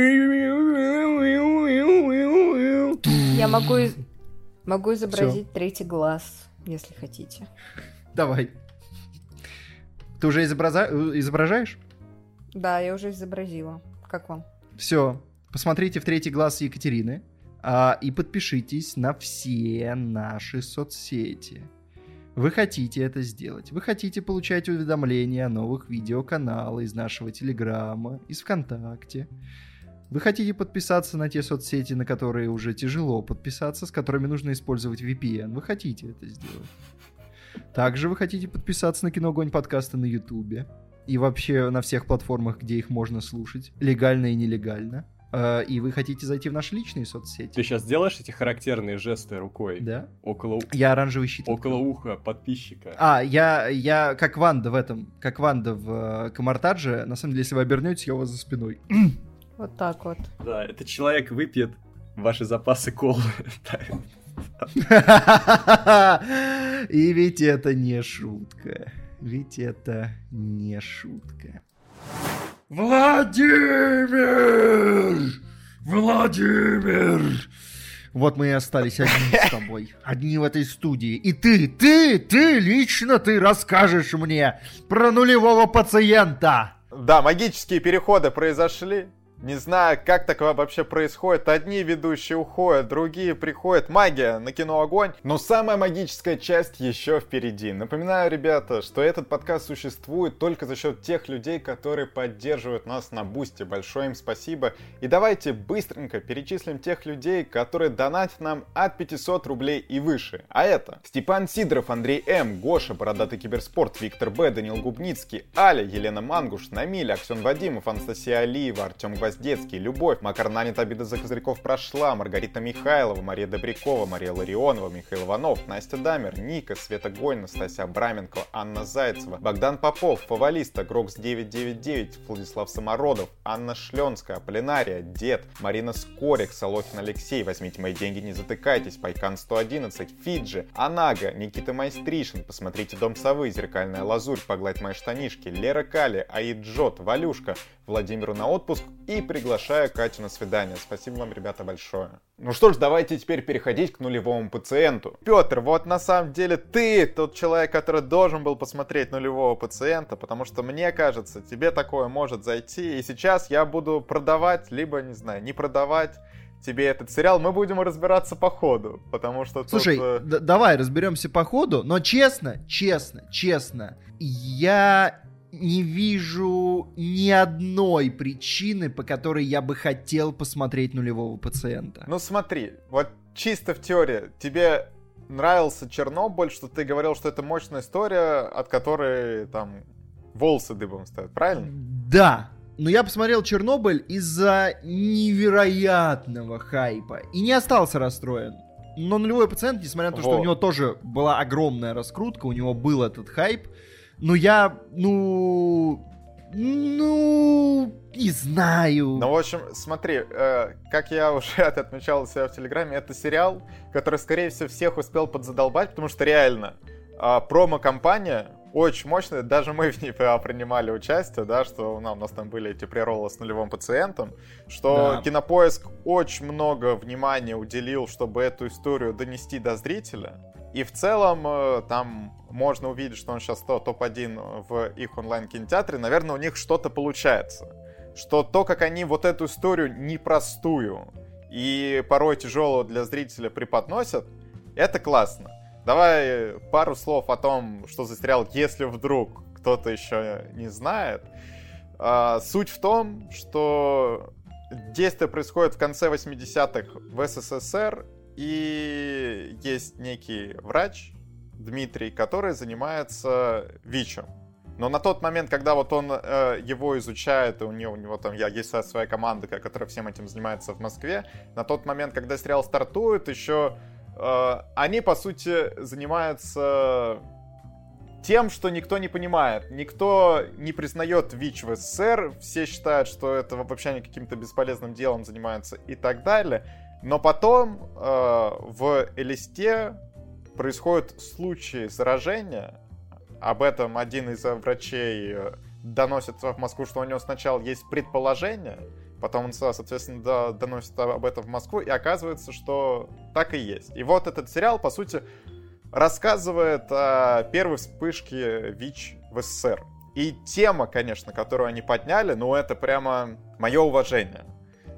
Я могу изобразить третий глаз, если хотите. Давай. Ты уже изображаешь? Да, я уже изобразила. Как вам? Все. Посмотрите в третий глаз Екатерины и подпишитесь на все наши соцсети. Вы хотите это сделать. Вы хотите получать уведомления о новых видеоканалах из нашего Телеграма, из ВКонтакте. Вы хотите подписаться на те соцсети, на которые уже тяжело подписаться, с которыми нужно использовать VPN. Вы хотите это сделать. Также вы хотите подписаться на Киноогонь подкасты на Ютубе. И вообще на всех платформах, где их можно слушать. Легально и нелегально. И вы хотите зайти в наши личные соцсети. Ты сейчас делаешь эти характерные жесты рукой? Да. Около... Я оранжевый щит. Около уха подписчика. Я как Ванда в Камартадже. На самом деле, если вы обернетесь, я у вас за спиной. Вот так вот. Да, этот человек выпьет ваши запасы колы. И ведь это не шутка. Владимир! Вот мы и остались одни с тобой. Одни в этой студии. И ты лично расскажешь мне про нулевого пациента. Да, магические переходы произошли. Не знаю, как такое вообще происходит. Одни ведущие уходят, другие приходят. Магия на Киноогонь. Но самая магическая часть еще впереди. Напоминаю, ребята, что этот подкаст существует только за счет тех людей, которые поддерживают нас на Бусти. Большое им спасибо. И давайте быстренько перечислим тех людей, которые донатят нам от 500 рублей и выше. А это Степан Сидоров, Андрей М, Гоша, Бородатый Киберспорт, Виктор Б, Данил Губницкий, Аля, Елена Мангуш, Намиль, Аксен Вадимов, Анастасия Алиева, Артем Гвоздецкий, Любовь, Макар Нанит, обида за козырьков прошла, Маргарита Михайлова, Мария Добрякова, Мария Ларионова, Михаил Иванов, Настя Дамер, Ника, Света Гойн, Настасья Абраменко, Анна Зайцева, Богдан Попов, Фавалиста, Грокс 999, Владислав Самородов, Анна Шленская, Полинария, Дед, Марина Скорик, Солохин Алексей, Возьмите мои деньги, не затыкайтесь, Пайкан 111, Фиджи, Анага, Никита Майстришин, Посмотрите Дом совы, Зеркальная лазурь, Погладь мои штанишки, Лера Кали, Аид Джот, Валюшка, Владимиру на отпуск и приглашаю Катю на свидание. Спасибо вам, ребята, большое. Ну что ж, давайте теперь переходить к нулевому пациенту. Петр, вот на самом деле ты тот человек, который должен был посмотреть нулевого пациента, потому что мне кажется, тебе такое может зайти. И сейчас я буду продавать, либо, не знаю, не продавать тебе этот сериал. Мы будем разбираться по ходу, потому что Слушай, тут... давай разберемся по ходу, но честно, я не вижу ни одной причины, по которой я бы хотел посмотреть нулевого пациента. Ну смотри, вот чисто в теории, тебе нравился Чернобыль, что ты говорил, что это мощная история, от которой там волосы дыбом стоят, правильно? Да, но я посмотрел Чернобыль из-за невероятного хайпа и не остался расстроен. Но нулевой пациент, несмотря на то, что у него тоже была огромная раскрутка, у него был этот хайп, но я, не знаю. Ну, в общем, смотри, как я уже отмечал у себя в Телеграме, это сериал, который, скорее всего, всех успел подзадолбать, потому что реально промо-компания очень мощная, даже мы в ней принимали участие, да, что у нас там были эти прероллы с нулевым пациентом, что да. Кинопоиск очень много внимания уделил, чтобы эту историю донести до зрителя. И в целом там можно увидеть, что он сейчас топ-1 в их онлайн-кинотеатре. Наверное, у них что-то получается. Что то, как они вот эту историю непростую и порой тяжелую для зрителя преподносят, это классно. Давай пару слов о том, что за сериал, если вдруг кто-то еще не знает. Суть в том, что действие происходит в конце 80-х в СССР, и есть некий врач, Дмитрий, который занимается ВИЧем. Но на тот момент, когда вот он его изучает, и у него там есть своя команда, которая всем этим занимается в Москве, на тот момент, когда сериал стартует, еще они, по сути, занимаются тем, что никто не понимает. Никто не признает ВИЧ в СССР, все считают, что это вообще они каким-то бесполезным делом занимаются и так далее. Но потом в Элисте происходит случай заражения. Об этом один из врачей доносит в Москву, что у него сначала есть предположение, потом он, соответственно, доносит об этом в Москву, и оказывается, что так и есть. И вот этот сериал, по сути, рассказывает о первой вспышке ВИЧ в СССР. И тема, конечно, которую они подняли, ну, это прямо мое уважение.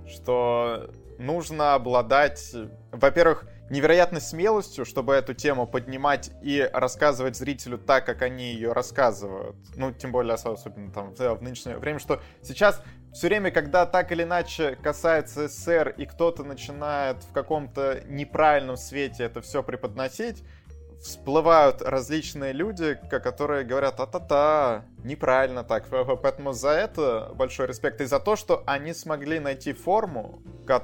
Что нужно обладать, во-первых, невероятной смелостью, чтобы эту тему поднимать и рассказывать зрителю так, как они ее рассказывают. Ну, тем более, особенно там в нынешнее время, что сейчас все время, когда так или иначе касается СССР, и кто-то начинает в каком-то неправильном свете это все преподносить, всплывают различные люди, которые говорят: а-та-та, неправильно так. Поэтому за это большой респект. И за то, что они смогли найти форму,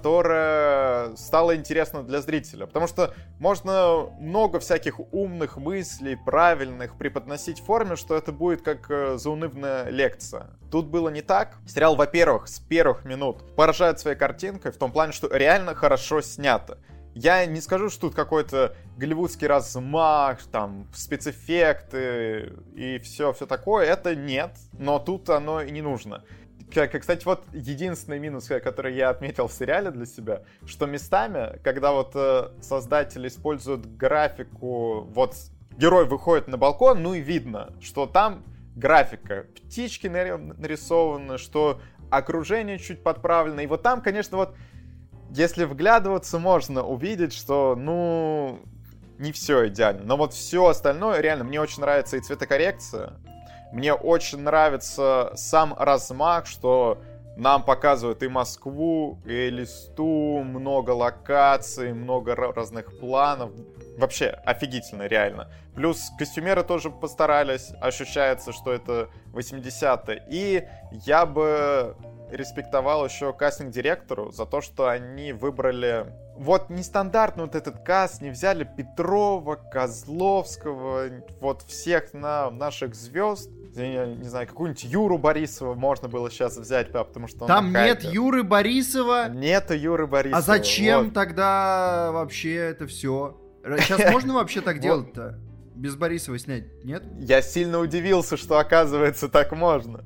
которая стала интересна для зрителя. Потому что можно много всяких умных мыслей, правильных, преподносить в форме, что это будет как заунывная лекция. Тут было не так. Сериал, во-первых, с первых минут поражает своей картинкой, в том плане, что реально хорошо снято. Я не скажу, что тут какой-то голливудский размах, там, спецэффекты и все такое. Это нет, но тут оно и не нужно. Кстати, вот единственный минус, который я отметил в сериале для себя, что местами, когда вот создатели используют графику, вот герой выходит на балкон, ну и видно, что там графика, птички нарисованы, что окружение чуть подправлено. И вот там, конечно, вот если вглядываться, можно увидеть, что, ну, не все идеально. Но вот все остальное, реально, мне очень нравится и цветокоррекция. Мне очень нравится сам размах, что нам показывают и Москву, и Элисту, много локаций, много разных планов. Вообще офигительно, реально. Плюс костюмеры тоже постарались, ощущается, что это 80-е. И я бы респектовал еще кастинг-директору за то, что они выбрали вот нестандартный вот этот каст, не взяли Петрова, Козловского, вот всех наших звезд. Я не знаю, какую-нибудь Юру Борисова можно было сейчас взять, потому что он там нет Юры Борисова. Нету Юры Борисова. А зачем тогда вообще это все? Сейчас можно вообще так делать-то? Без Борисова снять, нет? Я сильно удивился, что, оказывается, так можно.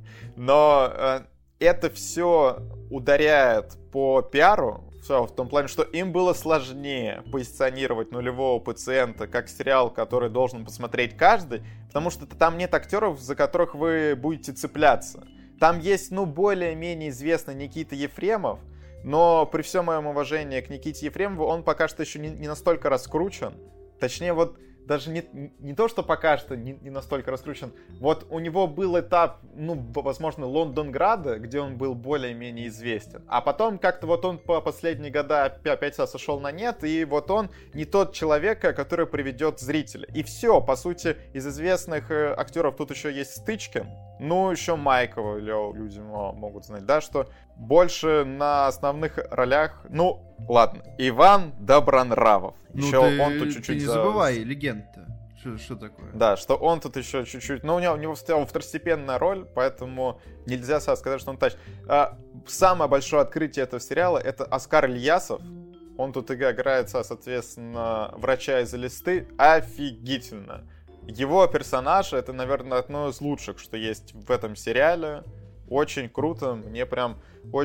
Но это все ударяет по пиару, в том плане, что им было сложнее позиционировать «Нулевого пациента» как сериал, который должен посмотреть каждый, потому что там нет актеров, за которых вы будете цепляться. Там есть, ну, более-менее известный Никита Ефремов, но при всем моем уважении к Никите Ефремову он пока что еще не настолько раскручен. Точнее, вот даже не то, что пока что не настолько раскручен. Вот у него был этап, ну, возможно, Лондонграда, где он был более-менее известен. А потом как-то вот он по последние года опять сошел на нет, и вот он не тот человек, который приведет зрителя. И все, по сути, из известных актеров тут еще есть Стычкин. Ну, еще Майкова люди могут знать, да, что больше на основных ролях, ну, ладно, Иван Добронравов. Еще он тут чуть-чуть... Ты не забывай, легенда-то. Что такое? Да, что он тут еще чуть-чуть... Ну, у него второстепенная роль, поэтому нельзя сказать, что он тащит. Самое большое открытие этого сериала — это Оскар Ильясов. Он тут играет, соответственно, врача из Элисты. Офигительно. Его персонаж — это, наверное, одно из лучших, что есть в этом сериале. Очень круто. Мне прям очень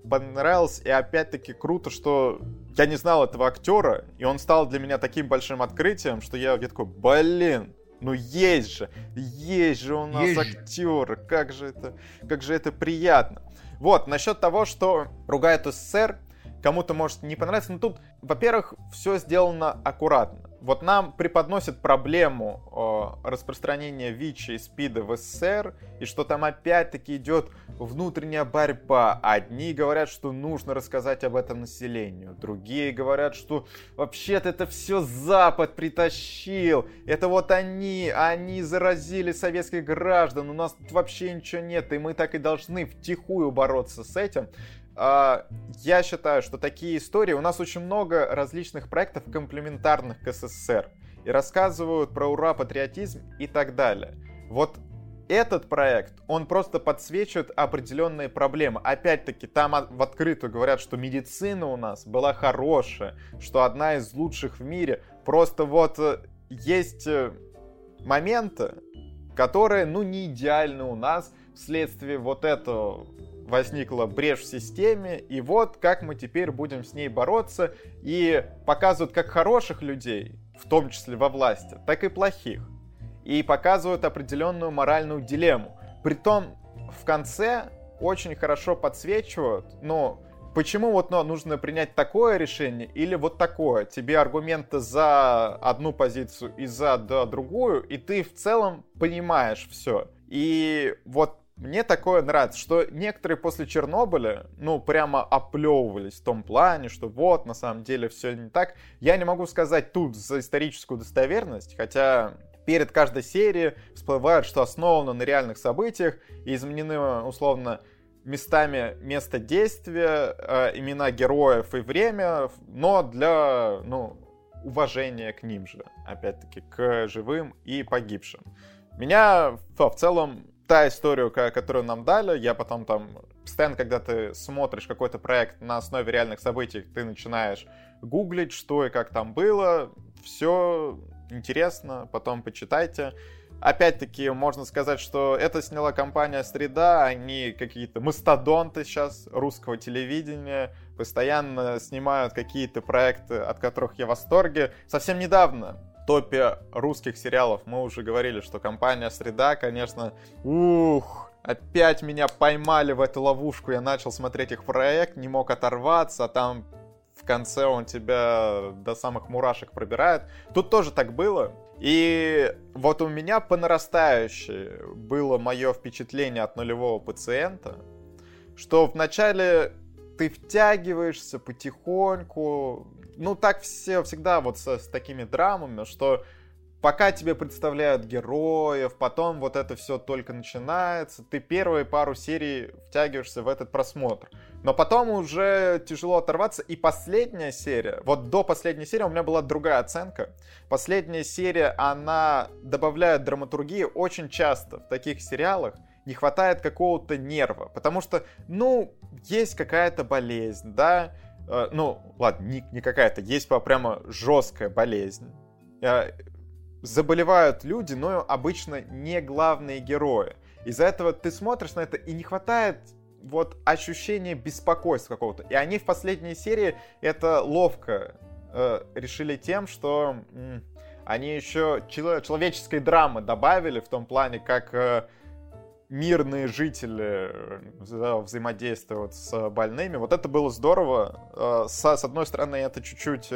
понравился, и опять-таки круто, что я не знал этого актера, и он стал для меня таким большим открытием, что я такой, блин, ну есть же у нас актеры, как же это приятно. Вот, насчет того, что ругают СССР, кому-то может не понравиться, но тут, во-первых, все сделано аккуратно. Вот нам преподносят проблему распространения ВИЧа и СПИДа в СССР, и что там опять-таки идет внутренняя борьба. Одни говорят, что нужно рассказать об этом населению, другие говорят, что вообще-то это все Запад притащил, это вот они заразили советских граждан, у нас тут вообще ничего нет, и мы так и должны втихую бороться с этим. Я считаю, что такие истории... У нас очень много различных проектов, комплементарных к СССР. И рассказывают про ура, патриотизм и так далее. Вот этот проект, он просто подсвечивает определенные проблемы. Опять-таки, там в открытую говорят, что медицина у нас была хорошая, что одна из лучших в мире. Просто вот есть моменты, которые, не идеальны у нас вследствие вот этого... Возникла брешь в системе, и вот как мы теперь будем с ней бороться, и показывают как хороших людей, в том числе во власти, так и плохих, и показывают определенную моральную дилемму. Притом в конце очень хорошо подсвечивают, почему нужно принять такое решение или вот такое. Тебе аргументы за одну позицию и за другую, и ты в целом понимаешь все. И вот мне такое нравится, что некоторые после Чернобыля, прямо оплевывались в том плане, что вот, на самом деле, все не так. Я не могу сказать тут за историческую достоверность, хотя перед каждой серией всплывает, что основано на реальных событиях и изменены, условно, место действия, имена героев и время, но для, уважения к ним же, опять-таки, к живым и погибшим. Меня в целом та история, которую нам дали, я потом постоянно, когда ты смотришь какой-то проект на основе реальных событий, ты начинаешь гуглить, что и как там было, все интересно, потом почитайте. Опять-таки, можно сказать, что это сняла компания «Среда», они какие-то мастодонты сейчас русского телевидения, постоянно снимают какие-то проекты, от которых я в восторге. Совсем недавно в топе русских сериалов мы уже говорили, что компания «Среда», конечно, опять меня поймали в эту ловушку, я начал смотреть их проект, не мог оторваться, а там в конце он тебя до самых мурашек пробирает. Тут тоже так было. И вот у меня по нарастающей было мое впечатление от нулевого пациента, что вначале ты втягиваешься потихоньку, так всегда вот с такими драмами, что пока тебе представляют героев, потом вот это все только начинается, ты первые пару серий втягиваешься в этот просмотр. Но потом уже тяжело оторваться, и последняя серия, вот до последней серии у меня была другая оценка. Последняя серия, она добавляет драматургии. Очень часто в таких сериалах не хватает какого-то нерва, потому что, есть какая-то болезнь, да, ладно, не какая-то, есть прямо жесткая болезнь. Заболевают люди, но обычно не главные герои. Из-за этого ты смотришь на это, и не хватает вот ощущения беспокойства какого-то. И они в последней серии это ловко решили тем, что они еще человеческой драмы добавили в том плане, как мирные жители взаимодействуют с больными. Вот это было здорово. С одной стороны, это чуть-чуть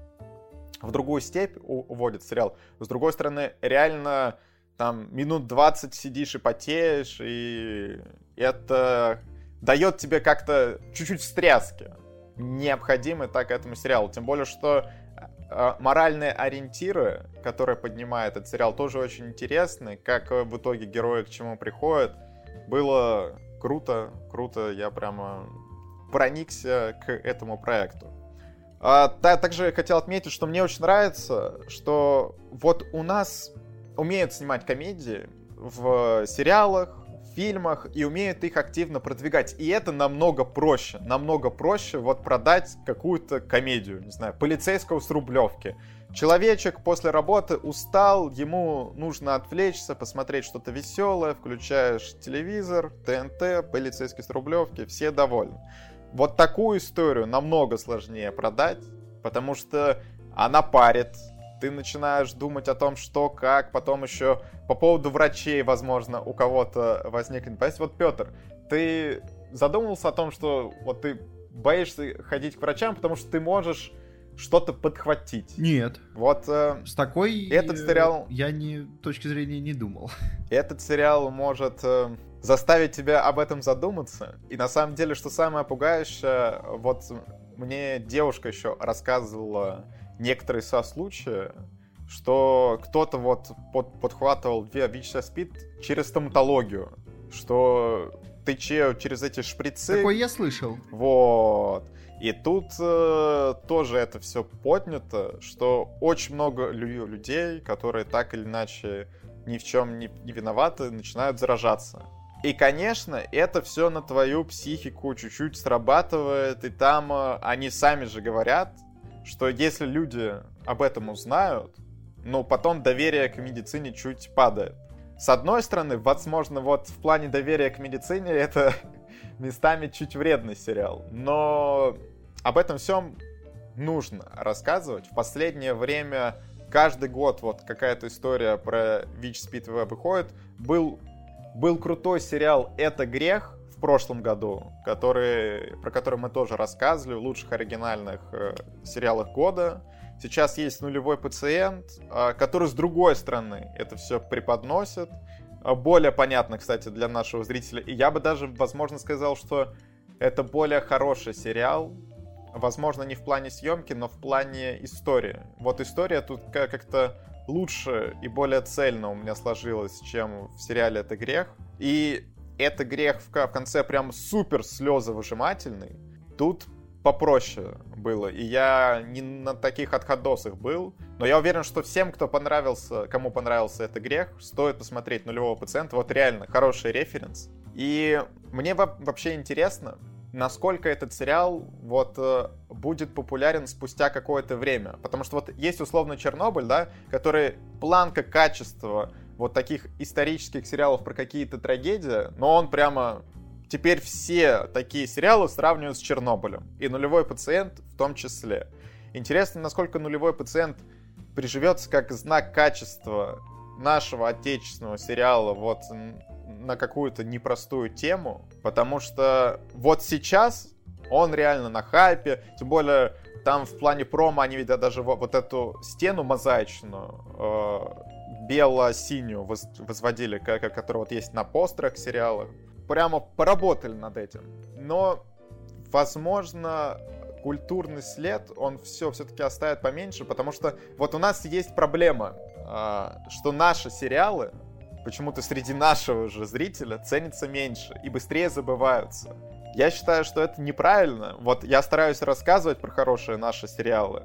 в другую степь уводит сериал. С другой стороны, реально там минут 20 сидишь и потеешь, и это дает тебе как-то чуть-чуть встряски, необходимы так этому сериалу. Тем более, что моральные ориентиры, которые поднимает этот сериал, тоже очень интересны. Как в итоге герои к чему приходят. Было круто, я прямо проникся к этому проекту. Также хотел отметить, что мне очень нравится, что вот у нас умеют снимать комедии в сериалах, в фильмах, и умеют их активно продвигать. И это намного проще вот продать какую-то комедию, не знаю, полицейского с Рублевки. Человечек после работы устал, ему нужно отвлечься, посмотреть что-то веселое, включаешь телевизор, ТНТ, полицейский с Рублевки, все довольны. вот такую историю намного сложнее продать, потому что она парит. Ты начинаешь думать о том, что, как, потом еще по поводу врачей, возможно, у кого-то возникнет. Понимаете, вот, Петр, ты задумывался о том, что вот ты боишься ходить к врачам, потому что ты можешь что-то подхватить? Нет. Вот с такой этот сериал... я точки зрения не думал. Этот сериал может заставить тебя об этом задуматься. И на самом деле, что самое пугающее, вот мне девушка еще рассказывала некоторые случаи, что кто-то вот подхватывал ВИЧ-СПИД через стоматологию, что ты через эти шприцы... Такое я слышал. Вот. И тут тоже это все поднято, что очень много людей, которые так или иначе ни в чем не виноваты, начинают заражаться. И, конечно, это все на твою психику чуть-чуть срабатывает, и там они сами же говорят, что если люди об этом узнают, ну, потом доверие к медицине чуть падает. С одной стороны, возможно, вот в плане доверия к медицине это местами чуть вредный сериал, но об этом всем нужно рассказывать. В последнее время каждый год вот какая-то история про ВИЧ-СПИД выходит. Был крутой сериал «Это грех» в прошлом году, про который мы тоже рассказывали в лучших оригинальных сериалах года. Сейчас есть «Нулевой пациент», который с другой стороны это все преподносит. Более понятно, кстати, для нашего зрителя. И я бы даже, возможно, сказал, что это более хороший сериал. Возможно, не в плане съемки, но в плане истории. Вот история тут как-то лучше и более цельно у меня сложилась, чем в сериале «Это грех». И «Это грех» в конце прям супер слезовыжимательный. Тут попроще было. И я не на таких отходосах был. Но я уверен, что всем, кому понравился «Это грех», стоит посмотреть «Нулевого пациента». Вот реально хороший референс. И мне вообще интересно, насколько этот сериал вот будет популярен спустя какое-то время. Потому что вот есть условно «Чернобыль», да, который планка качества вот таких исторических сериалов про какие-то трагедии, но он прямо... Теперь все такие сериалы сравнивают с «Чернобылем». И «Нулевой пациент» в том числе. Интересно, насколько «Нулевой пациент» приживется как знак качества нашего отечественного сериала вот на какую-то непростую тему. Потому что вот сейчас он реально на хайпе. Тем более там в плане промо они ведь даже вот эту стену мозаичную, бело-синюю возводили, которая вот есть на постерах сериала. Прямо поработали над этим. Но, возможно, культурный след, он все-таки оставит поменьше, потому что вот у нас есть проблема, что наши сериалы почему-то среди нашего же зрителя ценятся меньше и быстрее забываются. Я считаю, что это неправильно. Вот я стараюсь рассказывать про хорошие наши сериалы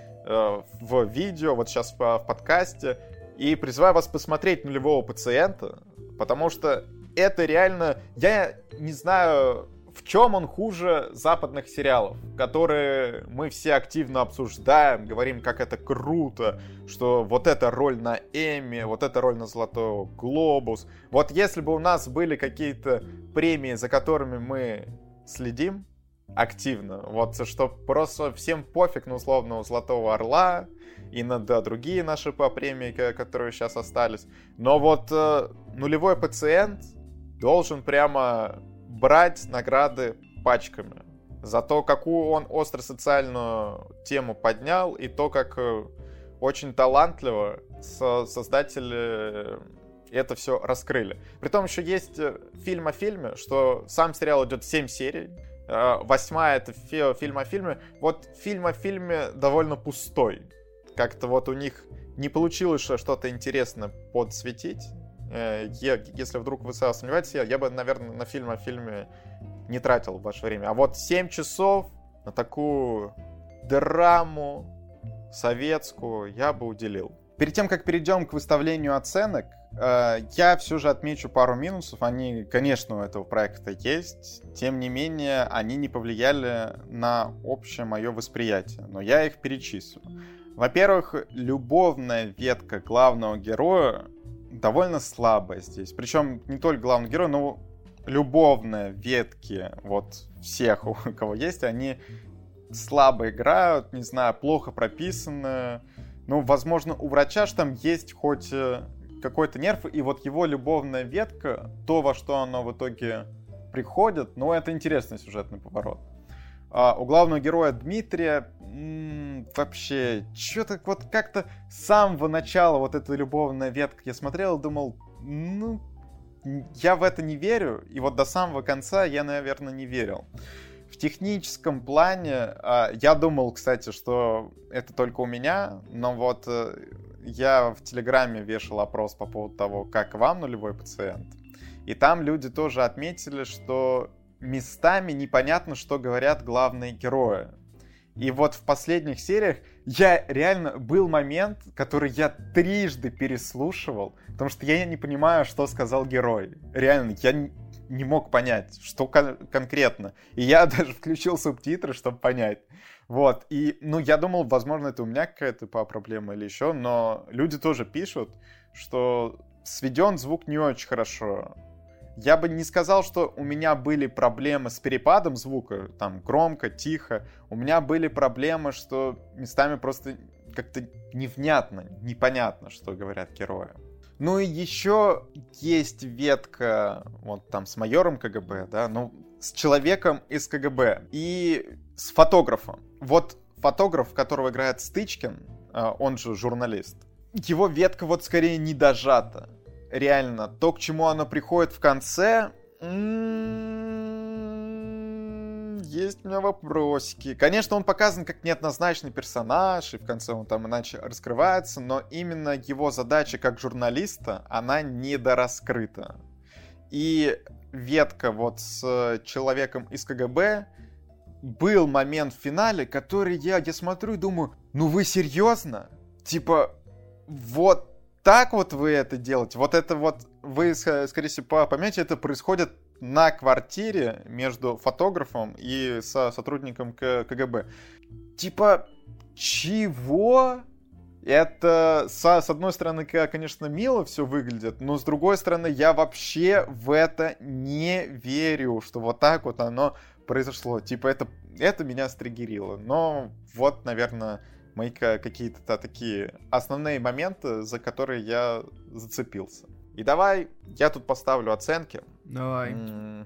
в видео, вот сейчас в подкасте, и призываю вас посмотреть «Нулевого пациента», потому что это реально... Я не знаю, в чем он хуже западных сериалов, которые мы все активно обсуждаем, говорим, как это круто, что вот эта роль на Эмми, вот эта роль на Золотой Глобус. Вот если бы у нас были какие-то премии, за которыми мы следим активно, вот что просто всем пофиг на условного Золотого Орла и на другие наши премии, которые сейчас остались. Но вот «Нулевой пациент» должен прямо брать награды пачками за то, какую он остро-социальную тему поднял, и то, как очень талантливо создатели это все раскрыли. Притом еще есть фильм о фильме, что сам сериал идет 7 серий, 8-я это фильм о фильме. Вот фильм о фильме довольно пустой. Как-то вот у них не получилось что-то интересное подсветить. Если вдруг вы сомневаетесь, я бы, наверное, на фильм о фильме не тратил ваше время. А вот 7 часов на такую драму советскую я бы уделил. Перед тем, как перейдем к выставлению оценок, я все же отмечу пару минусов. Они, конечно, у этого проекта есть. Тем не менее, они не повлияли на общее мое восприятие. Но я их перечислю. Во-первых, любовная ветка главного героя довольно слабая здесь. Причем не только главный герой, но любовные ветки вот всех, у кого есть, они слабо играют, не знаю, плохо прописаны. Ну, возможно, у врача ж там есть хоть какой-то нерв, и вот его любовная ветка, то, во что оно в итоге приходит, ну, это интересный сюжетный поворот. У главного героя Дмитрия вообще, что-то вот как-то с самого начала вот эта любовная ветка я смотрел и думал, ну, я в это не верю, и вот до самого конца я, наверное, не верил. В техническом плане я думал, кстати, что это только у меня, но вот я в Телеграме вешал опрос по поводу того, как вам нулевой пациент, и там люди тоже отметили, что местами непонятно, что говорят главные герои. И вот в последних сериях был момент, который я трижды переслушивал, потому что я не понимаю, что сказал герой. Реально, я не мог понять, что конкретно. И я даже включил субтитры, чтобы понять. Вот. И, ну, я думал, возможно, это у меня какая-то проблема или еще, но люди тоже пишут, что сведен звук не очень хорошо. Я бы не сказал, что у меня были проблемы с перепадом звука, там, громко, тихо. У меня были проблемы, что местами просто как-то невнятно, непонятно, что говорят герои. Ну и еще есть ветка, вот там, с майором КГБ, да, ну, с человеком из КГБ и с фотографом. Вот фотограф, которого играет Стычкин, он же журналист, его ветка вот скорее не дожата. Реально, то, к чему она приходит в конце, есть у меня вопросики. Конечно, он показан как неоднозначный персонаж, и в конце он там иначе раскрывается, но именно его задача как журналиста, она недораскрыта. И ветка вот с человеком из КГБ, был момент в финале, который я смотрю и думаю, ну вы серьезно? Типа, вот так вот вы это делаете? Вот это вот, вы, скорее всего, поймете, это происходит на квартире между фотографом и сотрудником КГБ. Типа, чего? Это, с одной стороны, конечно, мило все выглядит, но с другой стороны, я вообще в это не верю, что вот так вот оно произошло. Типа, это меня стригерило. Но вот, наверное, мои какие-то такие основные моменты, за которые я зацепился. И давай, я тут поставлю оценки. Давай.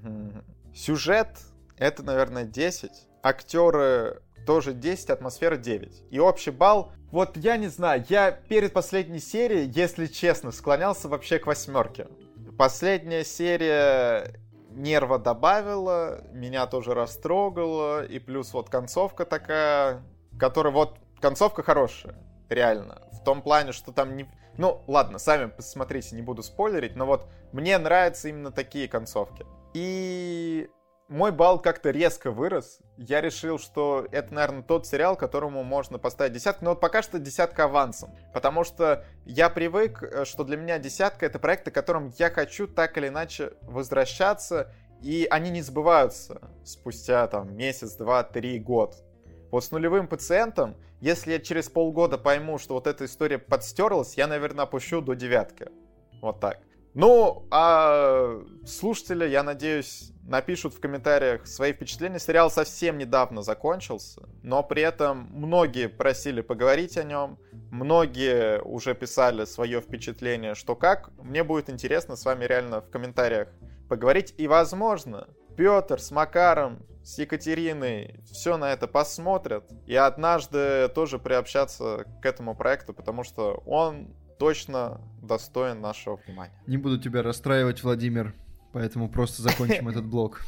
Сюжет, это, наверное, 10. Актеры тоже 10, атмосфера 9. И общий балл, вот я не знаю, я перед последней серией, если честно, склонялся вообще к 8. Последняя серия нерва добавила, меня тоже растрогала, и плюс вот концовка такая, которая вот, концовка хорошая, реально. В том плане, что там не... Ну, ладно, сами посмотрите, не буду спойлерить, но вот мне нравятся именно такие концовки. И мой балл как-то резко вырос. Я решил, что это, наверное, тот сериал, которому можно поставить 10. Но вот пока что 10 авансом. Потому что я привык, что для меня 10 это проекты, к которым я хочу так или иначе возвращаться. И они не забываются спустя там месяц, 2, 3, год. Вот с нулевым пациентом, если я через полгода пойму, что вот эта история подстерлась, я, наверное, опущу до 9. Вот так. Ну, а слушатели, я надеюсь, напишут в комментариях свои впечатления. Сериал совсем недавно закончился, но при этом многие просили поговорить о нем. Многие уже писали свое впечатление, что как. Мне будет интересно с вами реально в комментариях поговорить. И, возможно, Петр с Макаром, с Екатериной все на это посмотрят. И однажды тоже приобщаться к этому проекту, потому что он точно достоин нашего внимания. Не буду тебя расстраивать, Владимир, поэтому просто закончим этот блог.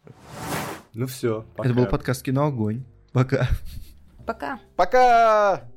Ну все, пока. Это был подкаст «Кино Огонь». Пока. Пока. Пока!